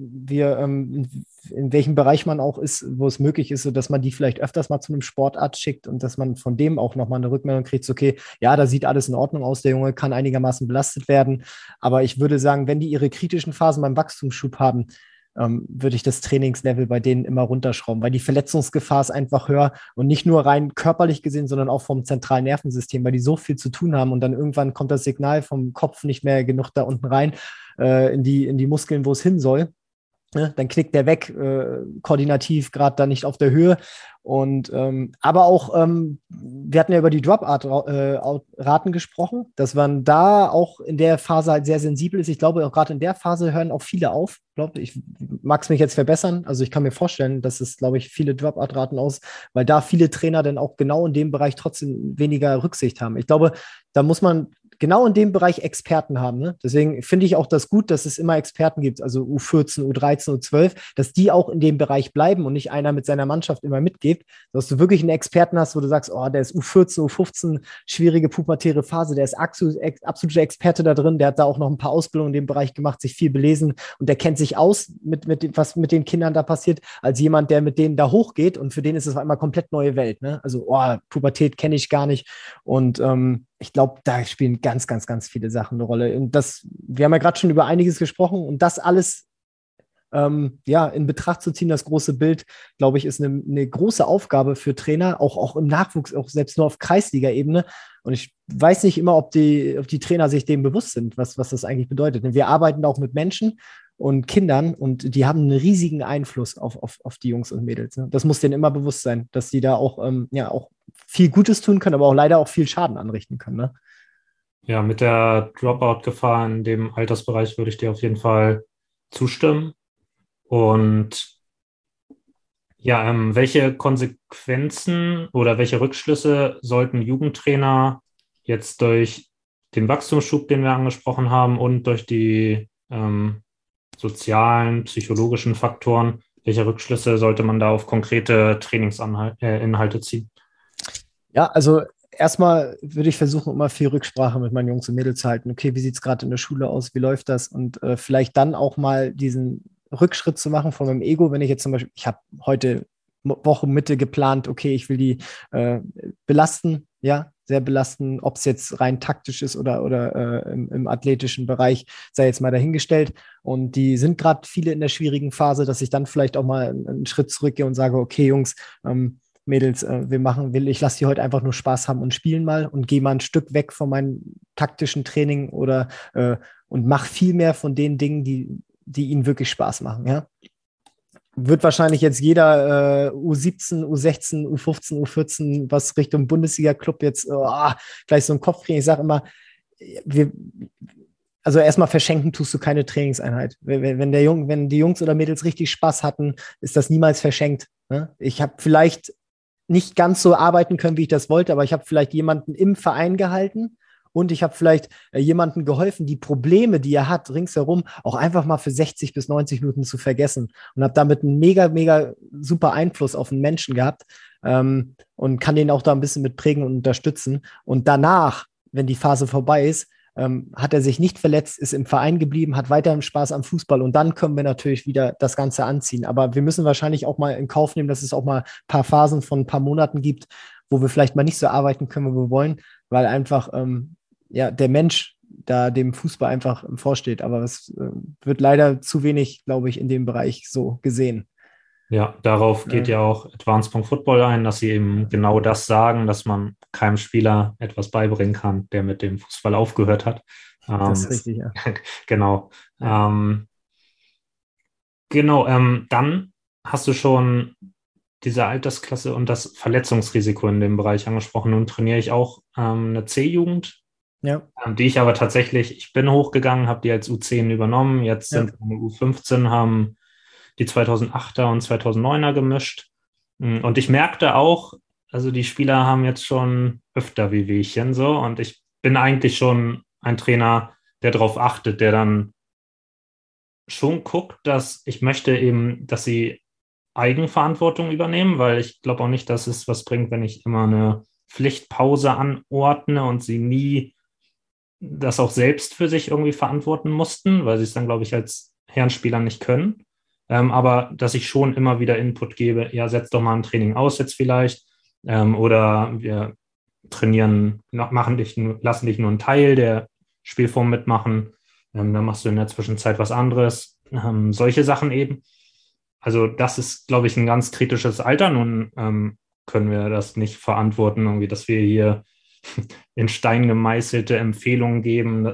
in welchem Bereich man auch ist, wo es möglich ist, so dass man die vielleicht öfters mal zu einem Sportarzt schickt und dass man von dem auch nochmal eine Rückmeldung kriegt, so, okay, ja, da sieht alles in Ordnung aus, der Junge kann einigermaßen belastet werden, aber ich würde sagen, wenn die ihre kritischen Phasen beim Wachstumsschub haben, würde ich das Trainingslevel bei denen immer runterschrauben, weil die Verletzungsgefahr ist einfach höher und nicht nur rein körperlich gesehen, sondern auch vom zentralen Nervensystem, weil die so viel zu tun haben und dann irgendwann kommt das Signal vom Kopf nicht mehr genug da unten rein in die Muskeln, wo es hin soll. Ne? Dann knickt der weg, koordinativ gerade da nicht auf der Höhe. Und aber auch, wir hatten ja über die Dropout-Raten gesprochen, dass man da auch in der Phase halt sehr sensibel ist. Ich glaube, auch gerade in der Phase hören auch viele auf. Ich mag es mich jetzt verbessern. Also ich kann mir vorstellen, dass es, glaube ich, viele Dropout-Raten aus, weil da viele Trainer dann auch genau in dem Bereich trotzdem weniger Rücksicht haben. Ich glaube, da muss man genau in dem Bereich Experten haben. Ne? Deswegen finde ich auch das gut, dass es immer Experten gibt, also U14, U13, U12, dass die auch in dem Bereich bleiben und nicht einer mit seiner Mannschaft immer mitgeht, dass du wirklich einen Experten hast, wo du sagst, oh, der ist U14, U15, schwierige pubertäre Phase, der ist absoluter Experte da drin, der hat da auch noch ein paar Ausbildungen in dem Bereich gemacht, sich viel belesen und der kennt sich aus was mit den Kindern da passiert, als jemand, der mit denen da hochgeht und für den ist es auf einmal komplett neue Welt. Ne? Also, oh, Pubertät kenne ich gar nicht und ich glaube, da spielen ganz, ganz, ganz viele Sachen eine Rolle. Und wir haben ja gerade schon über einiges gesprochen und das alles in Betracht zu ziehen, das große Bild, glaube ich, ist eine große Aufgabe für Trainer, auch im Nachwuchs, auch selbst nur auf Kreisliga-Ebene. Und ich weiß nicht immer, ob die Trainer sich dem bewusst sind, was das eigentlich bedeutet. Denn wir arbeiten auch mit Menschen und Kindern und die haben einen riesigen Einfluss auf die Jungs und Mädels. Ne? Das muss denen immer bewusst sein, dass die da auch viel Gutes tun können, aber auch leider auch viel Schaden anrichten können. Ne? Ja, mit der Dropout-Gefahr in dem Altersbereich würde ich dir auf jeden Fall zustimmen. Und ja, welche Konsequenzen oder welche Rückschlüsse sollten Jugendtrainer jetzt durch den Wachstumsschub, den wir angesprochen haben, und durch die sozialen, psychologischen Faktoren, welche Rückschlüsse sollte man da auf konkrete Trainingsinhalte ziehen? Ja, also erstmal würde ich versuchen, immer viel Rücksprache mit meinen Jungs und Mädels zu halten. Okay, wie sieht es gerade in der Schule aus? Wie läuft das? Und vielleicht dann auch mal diesen Rückschritt zu machen von meinem Ego, wenn ich jetzt zum Beispiel, ich habe heute Wochenmitte geplant, okay, ich will die belasten, ja, sehr belasten, ob es jetzt rein taktisch ist oder im athletischen Bereich, sei jetzt mal dahingestellt. Und die sind gerade viele in der schwierigen Phase, dass ich dann vielleicht auch mal einen Schritt zurückgehe und sage, okay, Jungs, Mädels, ich lasse die heute einfach nur Spaß haben und spielen mal und gehe mal ein Stück weg von meinem taktischen Training und mache viel mehr von den Dingen, die ihnen wirklich Spaß machen, ja. Wird wahrscheinlich jetzt jeder U17, U16, U15, U14, was Richtung Bundesliga-Club jetzt gleich so einen Kopf kriegen. Ich sage immer, also erstmal verschenken tust du keine Trainingseinheit. Wenn die Jungs oder Mädels richtig Spaß hatten, ist das niemals verschenkt. Ne? Ich habe vielleicht nicht ganz so arbeiten können, wie ich das wollte, aber ich habe vielleicht jemanden im Verein gehalten und ich habe vielleicht jemandem geholfen, die Probleme, die er hat, ringsherum auch einfach mal für 60 bis 90 Minuten zu vergessen und habe damit einen mega, mega super Einfluss auf den Menschen gehabt und kann den auch da ein bisschen mit prägen und unterstützen. Und danach, wenn die Phase vorbei ist, hat er sich nicht verletzt, ist im Verein geblieben, hat weiterhin Spaß am Fußball und dann können wir natürlich wieder das Ganze anziehen. Aber wir müssen wahrscheinlich auch mal in Kauf nehmen, dass es auch mal ein paar Phasen von ein paar Monaten gibt, wo wir vielleicht mal nicht so arbeiten können, wie wir wollen, weil einfach der Mensch da dem Fußball einfach vorsteht. Aber es wird leider zu wenig, glaube ich, in dem Bereich so gesehen. Ja, darauf geht ja auch Advanced.Football ein, dass sie eben genau das sagen, dass man keinem Spieler etwas beibringen kann, der mit dem Fußball aufgehört hat. Das ist richtig, ja. Genau. Ja. Dann hast du schon diese Altersklasse und das Verletzungsrisiko in dem Bereich angesprochen. Nun trainiere ich auch eine C-Jugend, ja. Die ich aber tatsächlich, ich bin hochgegangen, habe die als U10 übernommen, jetzt sind wir U15, haben die 2008er und 2009er gemischt. Und ich merkte auch, also die Spieler haben jetzt schon öfter Wehwehchen so und ich bin eigentlich schon ein Trainer, der darauf achtet, der dann schon guckt, dass ich möchte eben, dass sie Eigenverantwortung übernehmen, weil ich glaube auch nicht, dass es was bringt, wenn ich immer eine Pflichtpause anordne und sie nie das auch selbst für sich irgendwie verantworten mussten, weil sie es dann, glaube ich, als Herrenspieler nicht können. Aber dass ich schon immer wieder Input gebe, ja, setz doch mal ein Training aus jetzt vielleicht. Oder wir trainieren, lassen dich nur einen Teil der Spielform mitmachen. Dann machst du in der Zwischenzeit was anderes. Solche Sachen eben. Also das ist, glaube ich, ein ganz kritisches Alter. Nun können wir das nicht verantworten, irgendwie, dass wir hier in Stein gemeißelte Empfehlungen geben.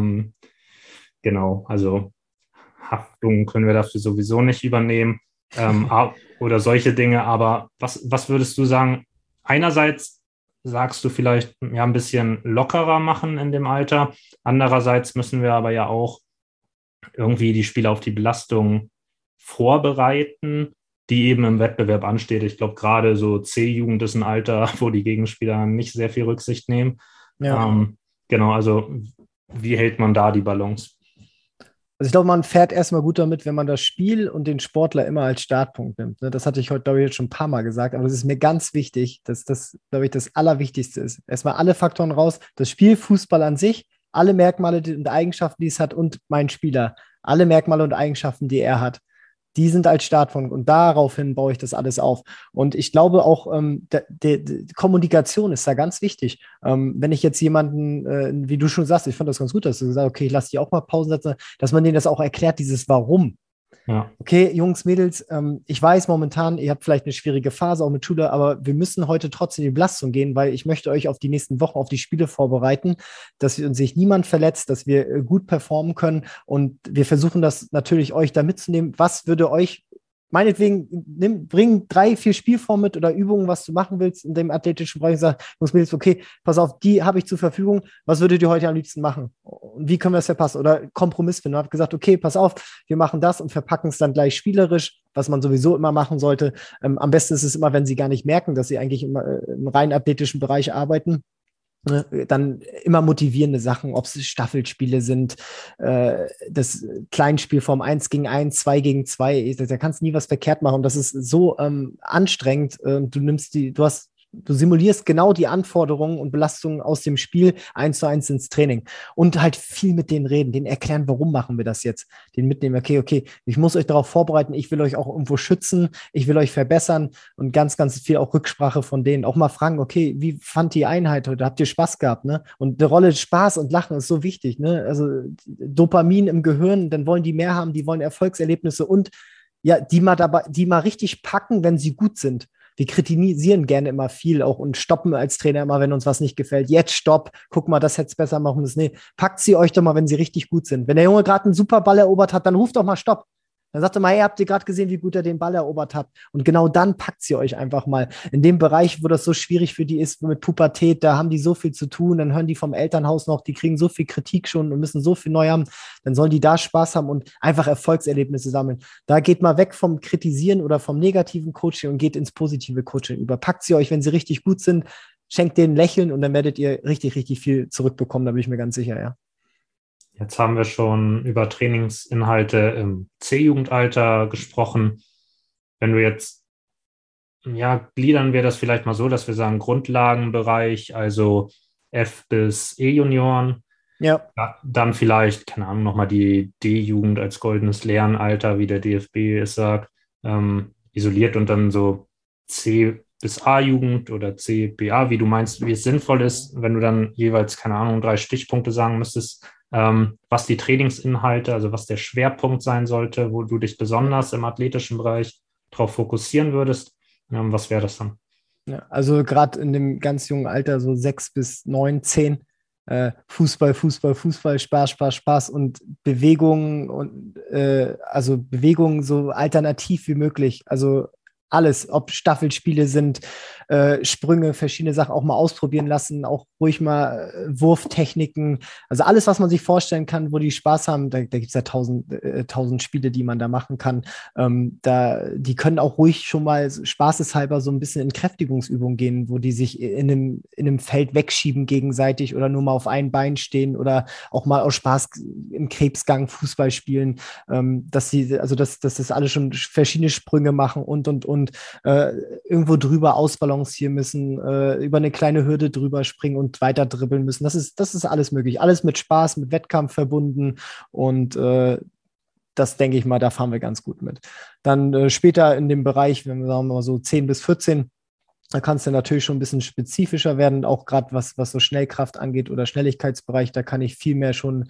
Genau, also Haftung können wir dafür sowieso nicht übernehmen oder solche Dinge. Aber was würdest du sagen? Einerseits sagst du vielleicht ja ein bisschen lockerer machen in dem Alter. Andererseits müssen wir aber ja auch irgendwie die Spieler auf die Belastung vorbereiten, die eben im Wettbewerb ansteht. Ich glaube, gerade so C-Jugend ist ein Alter, wo die Gegenspieler nicht sehr viel Rücksicht nehmen. Ja. Genau, also wie hält man da die Balance? Also ich glaube, man fährt erstmal gut damit, wenn man das Spiel und den Sportler immer als Startpunkt nimmt. Ne? Das hatte ich heute, glaube ich, jetzt schon ein paar Mal gesagt, aber es ist mir ganz wichtig, dass das, glaube ich, das Allerwichtigste ist. Erstmal alle Faktoren raus, das Spiel, Fußball an sich, alle Merkmale und Eigenschaften, die es hat und mein Spieler, alle Merkmale und Eigenschaften, die er hat. Die sind als Startpunkt und daraufhin baue ich das alles auf. Und ich glaube auch, die Kommunikation ist da ganz wichtig. Wenn ich jetzt jemanden, wie du schon sagst, ich fand das ganz gut, dass du gesagt hast, okay, ich lasse die auch mal Pausen setzen, dass man denen das auch erklärt, dieses Warum. Ja. Okay, Jungs, Mädels, ich weiß momentan, ihr habt vielleicht eine schwierige Phase auch mit Schule, aber wir müssen heute trotzdem in die Belastung gehen, weil ich möchte euch auf die nächsten Wochen, auf die Spiele vorbereiten, dass uns sich niemand verletzt, dass wir gut performen können und wir versuchen das natürlich euch da mitzunehmen. Was würde euch meinetwegen, bring 3, 4 Spielformen mit oder Übungen, was du machen willst in dem athletischen Bereich. Sag, Jungs, Mädels, okay, pass auf, die habe ich zur Verfügung. Was würdet ihr heute am liebsten machen? Und wie können wir es verpassen? Oder Kompromiss finden. Ich habe gesagt, okay, pass auf, wir machen das und verpacken es dann gleich spielerisch, was man sowieso immer machen sollte. Am besten ist es immer, wenn sie gar nicht merken, dass sie eigentlich im rein athletischen Bereich arbeiten. Dann immer motivierende Sachen, ob es Staffelspiele sind, das Kleinspiel vom 1 gegen 1, 2 gegen 2, da kannst du nie was verkehrt machen. Und das ist so anstrengend. Du simulierst genau die Anforderungen und Belastungen aus dem Spiel 1:1 ins Training und halt viel mit denen reden, denen erklären, warum machen wir das jetzt, den mitnehmen, okay, ich muss euch darauf vorbereiten, ich will euch auch irgendwo schützen, ich will euch verbessern und ganz, ganz viel auch Rücksprache von denen, auch mal fragen, okay, wie fand die Einheit heute, habt ihr Spaß gehabt, ne? Und eine Rolle Spaß und Lachen ist so wichtig, ne? Also Dopamin im Gehirn, dann wollen die mehr haben, die wollen Erfolgserlebnisse und ja, die mal richtig packen, wenn sie gut sind. Wir kritisieren gerne immer viel auch und stoppen als Trainer immer, wenn uns was nicht gefällt. Jetzt stopp, guck mal, das hätte es besser machen müssen. Nee, packt sie euch doch mal, wenn sie richtig gut sind. Wenn der Junge gerade einen super Ball erobert hat, dann ruft doch mal Stopp. Dann sagt er mal, hey, habt ihr gerade gesehen, wie gut er den Ball erobert hat? Und genau dann packt sie euch einfach mal. In dem Bereich, wo das so schwierig für die ist, mit Pubertät, da haben die so viel zu tun, dann hören die vom Elternhaus noch, die kriegen so viel Kritik schon und müssen so viel neu haben, dann sollen die da Spaß haben und einfach Erfolgserlebnisse sammeln. Da geht mal weg vom Kritisieren oder vom negativen Coaching und geht ins positive Coaching über. Packt sie euch, wenn sie richtig gut sind, schenkt denen Lächeln und dann werdet ihr richtig, richtig viel zurückbekommen, da bin ich mir ganz sicher, ja. Jetzt haben wir schon über Trainingsinhalte im C-Jugendalter gesprochen. Wenn du jetzt, ja, gliedern wir das vielleicht mal so, dass wir sagen Grundlagenbereich, also F bis E-Junioren. Ja. Ja, dann vielleicht, keine Ahnung, nochmal die D-Jugend als goldenes Lernalter, wie der DFB es sagt, isoliert und dann so C bis A-Jugend oder C, BA, wie du meinst, wie es sinnvoll ist, wenn du dann jeweils, keine Ahnung, 3 Stichpunkte sagen müsstest, was die Trainingsinhalte, also was der Schwerpunkt sein sollte, wo du dich besonders im athletischen Bereich darauf fokussieren würdest. Was wäre das dann? Ja, also gerade in dem ganz jungen Alter, so 6 bis 9, 10, Fußball, Fußball, Fußball, Spaß, Spaß, Spaß und Bewegungen und also Bewegungen so alternativ wie möglich. Also alles, ob Staffelspiele sind, Sprünge, verschiedene Sachen auch mal ausprobieren lassen, auch ruhig mal Wurftechniken, also alles, was man sich vorstellen kann, wo die Spaß haben, da gibt es ja tausend Spiele, die man da machen kann. Die können auch ruhig schon mal spaßeshalber so ein bisschen in Kräftigungsübungen gehen, wo die sich in einem Feld wegschieben gegenseitig oder nur mal auf ein Bein stehen oder auch mal aus Spaß im Krebsgang Fußball spielen, dass das alle schon verschiedene Sprünge machen und und irgendwo drüber ausbalancieren müssen, über eine kleine Hürde drüber springen und weiter dribbeln müssen. Das ist alles möglich. Alles mit Spaß, mit Wettkampf verbunden und das denke ich mal, da fahren wir ganz gut mit. Dann später in dem Bereich, wenn wir sagen wir mal so 10 bis 14, da kann es dann natürlich schon ein bisschen spezifischer werden, auch gerade was so Schnellkraft angeht oder Schnelligkeitsbereich, da kann ich viel mehr schon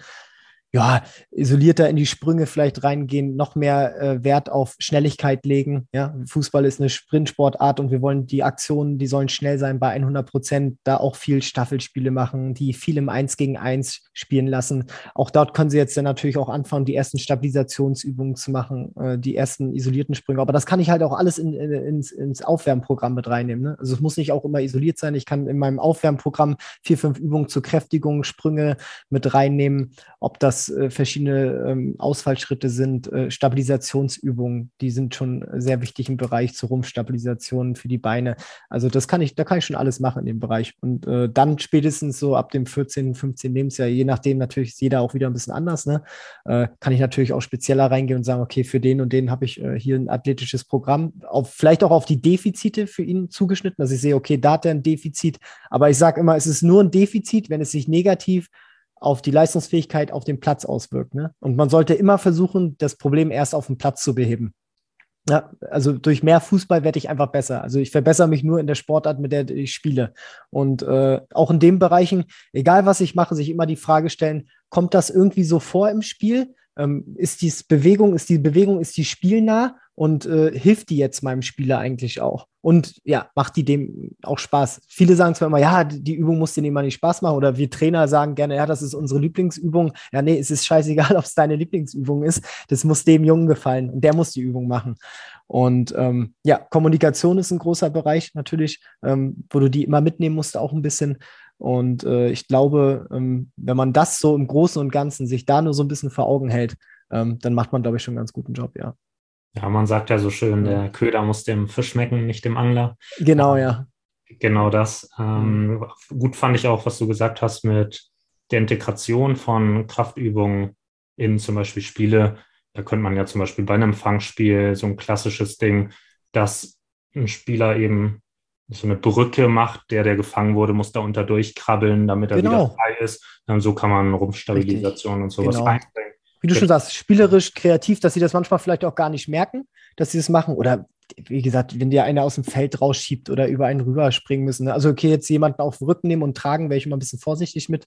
ja, isolierter in die Sprünge vielleicht reingehen, noch mehr Wert auf Schnelligkeit legen. Ja, Fußball ist eine Sprintsportart und wir wollen die Aktionen, die sollen schnell sein bei 100%, da auch viel Staffelspiele machen, die viel im 1 gegen 1 spielen lassen. Auch dort können sie jetzt dann natürlich auch anfangen, die ersten Stabilisationsübungen zu machen, die ersten isolierten Sprünge. Aber das kann ich halt auch alles ins Aufwärmprogramm mit reinnehmen. Ne? Also es muss nicht auch immer isoliert sein. Ich kann in meinem Aufwärmprogramm 4, 5 Übungen zur Kräftigung, Sprünge mit reinnehmen, ob das verschiedene Ausfallschritte sind, Stabilisationsübungen, die sind schon sehr wichtig im Bereich zur Rumpfstabilisation für die Beine. Also da kann ich schon alles machen in dem Bereich. Und dann spätestens so ab dem 14., 15. Lebensjahr, je nachdem natürlich ist jeder auch wieder ein bisschen anders, ne, kann ich natürlich auch spezieller reingehen und sagen, okay, für den und den habe ich hier ein athletisches Programm, vielleicht auch auf die Defizite für ihn zugeschnitten, dass ich sehe, okay, da hat er ein Defizit, aber ich sage immer, es ist nur ein Defizit, wenn es sich negativ auf die Leistungsfähigkeit auf dem Platz auswirkt. Ne? Und man sollte immer versuchen, das Problem erst auf dem Platz zu beheben. Ja, also durch mehr Fußball werde ich einfach besser. Also ich verbessere mich nur in der Sportart, mit der ich spiele. Und auch in den Bereichen, egal was ich mache, sich immer die Frage stellen, kommt das irgendwie so vor im Spiel? Ist die Bewegung, ist die spielnah und hilft die jetzt meinem Spieler eigentlich auch? Und ja, macht die dem auch Spaß? Viele sagen zwar immer, ja, die Übung muss dir immer nicht Spaß machen, oder wir Trainer sagen gerne, ja, das ist unsere Lieblingsübung. Ja, nee, es ist scheißegal, ob es deine Lieblingsübung ist. Das muss dem Jungen gefallen und der muss die Übung machen. Und ja, Kommunikation ist ein großer Bereich natürlich, wo du die immer mitnehmen musst, auch ein bisschen. Und ich glaube, wenn man das so im Großen und Ganzen sich da nur so ein bisschen vor Augen hält, dann macht man, glaube ich, schon einen ganz guten Job, ja. Ja, man sagt ja so schön, Ja. der Köder muss dem Fisch schmecken, nicht dem Angler. Genau, ja. Genau das. Mhm. Gut fand ich auch, was du gesagt hast mit der Integration von Kraftübungen in zum Beispiel Spiele. Da könnte man ja zum Beispiel bei einem Fangspiel so ein klassisches Ding, dass ein Spieler eben so eine Brücke macht, der gefangen wurde, muss da unter durchkrabbeln, damit er wieder Genau, frei ist. So kann man richtig. Rumpfstabilisation und sowas Genau. einbringen. Wie du schon sagst, spielerisch, kreativ, dass sie das manchmal vielleicht auch gar nicht merken, dass sie das machen. Oder wie gesagt, wenn dir einer aus dem Feld rausschiebt oder über einen rüberspringen müssen. Ne? Also okay, jetzt jemanden auf den Rücken nehmen und tragen, wäre ich immer ein bisschen vorsichtig mit.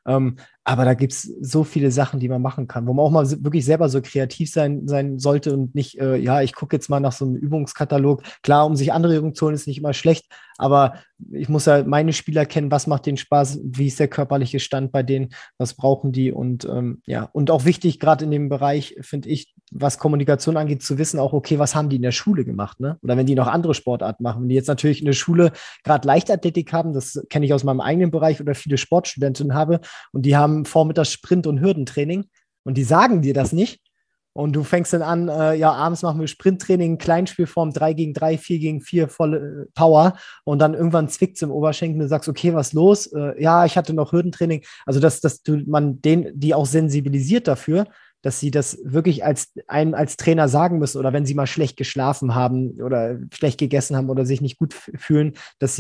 Aber da gibt es so viele Sachen, die man machen kann, wo man auch mal wirklich selber so kreativ sein sollte und nicht, ja, ich gucke jetzt mal nach so einem Übungskatalog. Klar, um sich andere Übungen zu holen, ist nicht immer schlecht, aber ich muss ja meine Spieler kennen, was macht denen Spaß, wie ist der körperliche Stand bei denen, was brauchen die und ja, und auch wichtig, gerade in dem Bereich, finde ich, was Kommunikation angeht, zu wissen, auch, okay, was haben die in der Schule gemacht, ne? Oder wenn die noch andere Sportarten machen. Wenn die jetzt natürlich in der Schule gerade Leichtathletik haben, das kenne ich aus meinem eigenen Bereich oder viele Sportstudentinnen habe, und die haben vormittags Sprint- und Hürdentraining und die sagen dir das nicht. Und du fängst dann an, ja, abends machen wir Sprinttraining, Kleinspielform, 3 gegen 3, 4 gegen 4, volle Power. Und dann irgendwann zwickt es im Oberschenkel und du sagst, okay, was los? Ja, ich hatte noch Hürdentraining. Also, dass man die auch sensibilisiert dafür, dass sie das wirklich als Trainer sagen müssen oder wenn sie mal schlecht geschlafen haben oder schlecht gegessen haben oder sich nicht gut fühlen,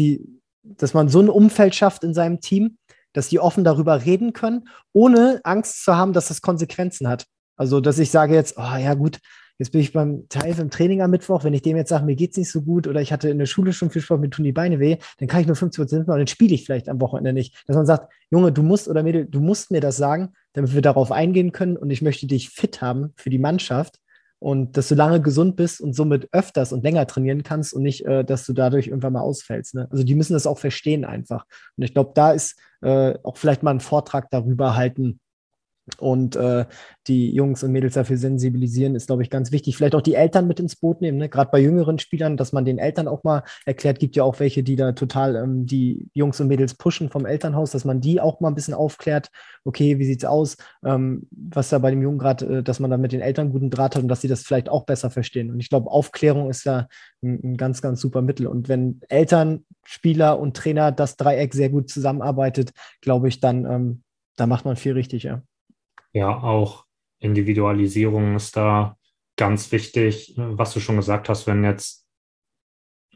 dass man so ein Umfeld schafft in seinem Team, dass die offen darüber reden können, ohne Angst zu haben, dass das Konsequenzen hat. Also, dass ich sage jetzt, oh ja, gut, jetzt bin ich beim Teil im Training am Mittwoch, wenn ich dem jetzt sage, mir geht's nicht so gut oder ich hatte in der Schule schon viel Sport, mir tun die Beine weh, dann kann ich nur 50% machen und dann spiele ich vielleicht am Wochenende nicht. Dass man sagt, Junge, du musst oder Mädel, du musst mir das sagen, damit wir darauf eingehen können und ich möchte dich fit haben für die Mannschaft und dass du lange gesund bist und somit öfters und länger trainieren kannst und nicht, dass du dadurch irgendwann mal ausfällst. Ne? Also die müssen das auch verstehen einfach. Und ich glaube, da ist auch vielleicht mal einen Vortrag darüber halten, und die Jungs und Mädels dafür sensibilisieren, ist, glaube ich, ganz wichtig. Vielleicht auch die Eltern mit ins Boot nehmen, ne? Gerade bei jüngeren Spielern, dass man den Eltern auch mal erklärt, gibt ja auch welche, die da total die Jungs und Mädels pushen vom Elternhaus, dass man die auch mal ein bisschen aufklärt. Okay, wie sieht's aus? Was da bei dem Jungen gerade, dass man da mit den Eltern guten Draht hat und dass sie das vielleicht auch besser verstehen. Und ich glaube, Aufklärung ist da ein ganz, ganz super Mittel. Und wenn Eltern, Spieler und Trainer das Dreieck sehr gut zusammenarbeitet, glaube ich, dann da macht man viel richtig, ja. Ja, auch Individualisierung ist da ganz wichtig, was du schon gesagt hast, wenn jetzt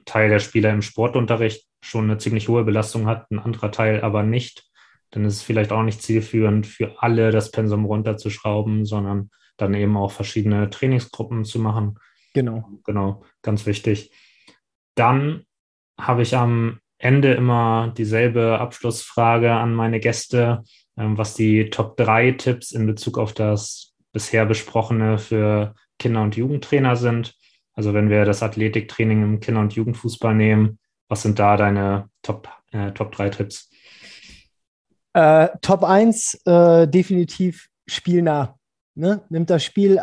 Teil der Spieler im Sportunterricht schon eine ziemlich hohe Belastung hat, ein anderer Teil aber nicht, dann ist es vielleicht auch nicht zielführend, für alle das Pensum runterzuschrauben, sondern dann eben auch verschiedene Trainingsgruppen zu machen. Genau, ganz wichtig. Dann habe ich am Ende immer dieselbe Abschlussfrage an meine Gäste, was die Top 3 Tipps in Bezug auf das bisher Besprochene für Kinder- und Jugendtrainer sind. Also wenn wir das Athletiktraining im Kinder- und Jugendfußball nehmen, was sind da deine Top 3 Tipps? Top 1, definitiv spielnah. Ne? Nimmt das Spiel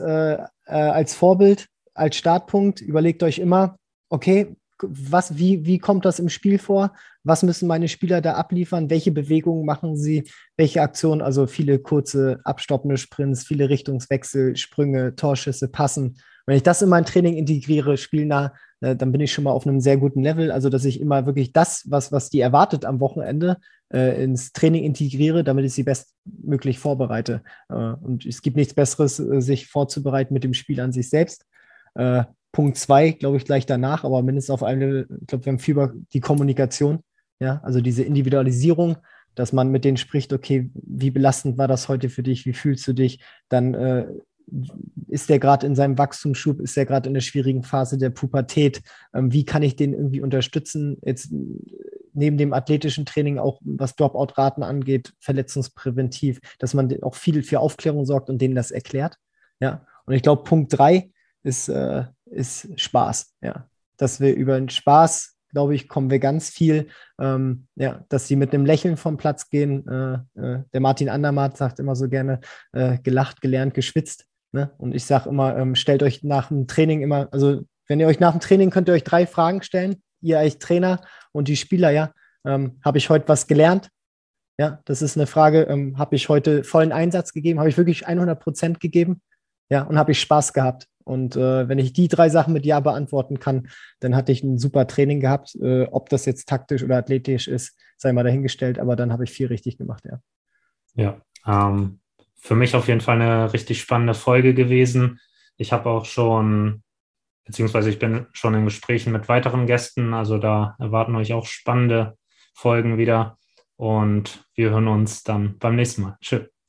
als Vorbild, als Startpunkt. Überlegt euch immer, okay, wie kommt das im Spiel vor? Was müssen meine Spieler da abliefern? Welche Bewegungen machen sie? Welche Aktionen? Also viele kurze, abstoppende Sprints, viele Richtungswechsel, Sprünge, Torschüsse, Passen. Wenn ich das in mein Training integriere, spielnah, dann bin ich schon mal auf einem sehr guten Level. Also, dass ich immer wirklich das, was die erwartet am Wochenende, ins Training integriere, damit ich sie bestmöglich vorbereite. Und es gibt nichts Besseres, sich vorzubereiten mit dem Spiel an sich selbst. Punkt 2, glaube ich, gleich danach, aber mindestens auf einem Level, ich glaube, wir haben viel über die Kommunikation, ja, also diese Individualisierung, dass man mit denen spricht, okay, wie belastend war das heute für dich, wie fühlst du dich, dann ist der gerade in seinem Wachstumsschub, ist der gerade in der schwierigen Phase der Pubertät, wie kann ich den irgendwie unterstützen, jetzt neben dem athletischen Training auch, was Dropout-Raten angeht, verletzungspräventiv, dass man auch viel für Aufklärung sorgt und denen das erklärt, ja, und ich glaube, Punkt 3 ist Spaß, ja. Dass wir über den Spaß, glaube ich, kommen wir ganz viel, ja, dass sie mit einem Lächeln vom Platz gehen. Der Martin Andermatt sagt immer so gerne, gelacht, gelernt, geschwitzt. Ne? Und ich sage immer, stellt euch nach dem Training immer, also wenn ihr euch nach dem Training könnt ihr euch 3 Fragen stellen, ihr als Trainer und die Spieler, ja, habe ich heute was gelernt? Ja, das ist eine Frage, habe ich heute vollen Einsatz gegeben? Habe ich wirklich 100% gegeben? Ja, und habe ich Spaß gehabt? Und wenn ich die 3 Sachen mit Ja beantworten kann, dann hatte ich ein super Training gehabt. Ob das jetzt taktisch oder athletisch ist, sei mal dahingestellt, aber dann habe ich viel richtig gemacht, ja. Ja, für mich auf jeden Fall eine richtig spannende Folge gewesen. Ich habe auch schon, beziehungsweise ich bin schon in Gesprächen mit weiteren Gästen, also da erwarten euch auch spannende Folgen wieder und wir hören uns dann beim nächsten Mal. Tschüss.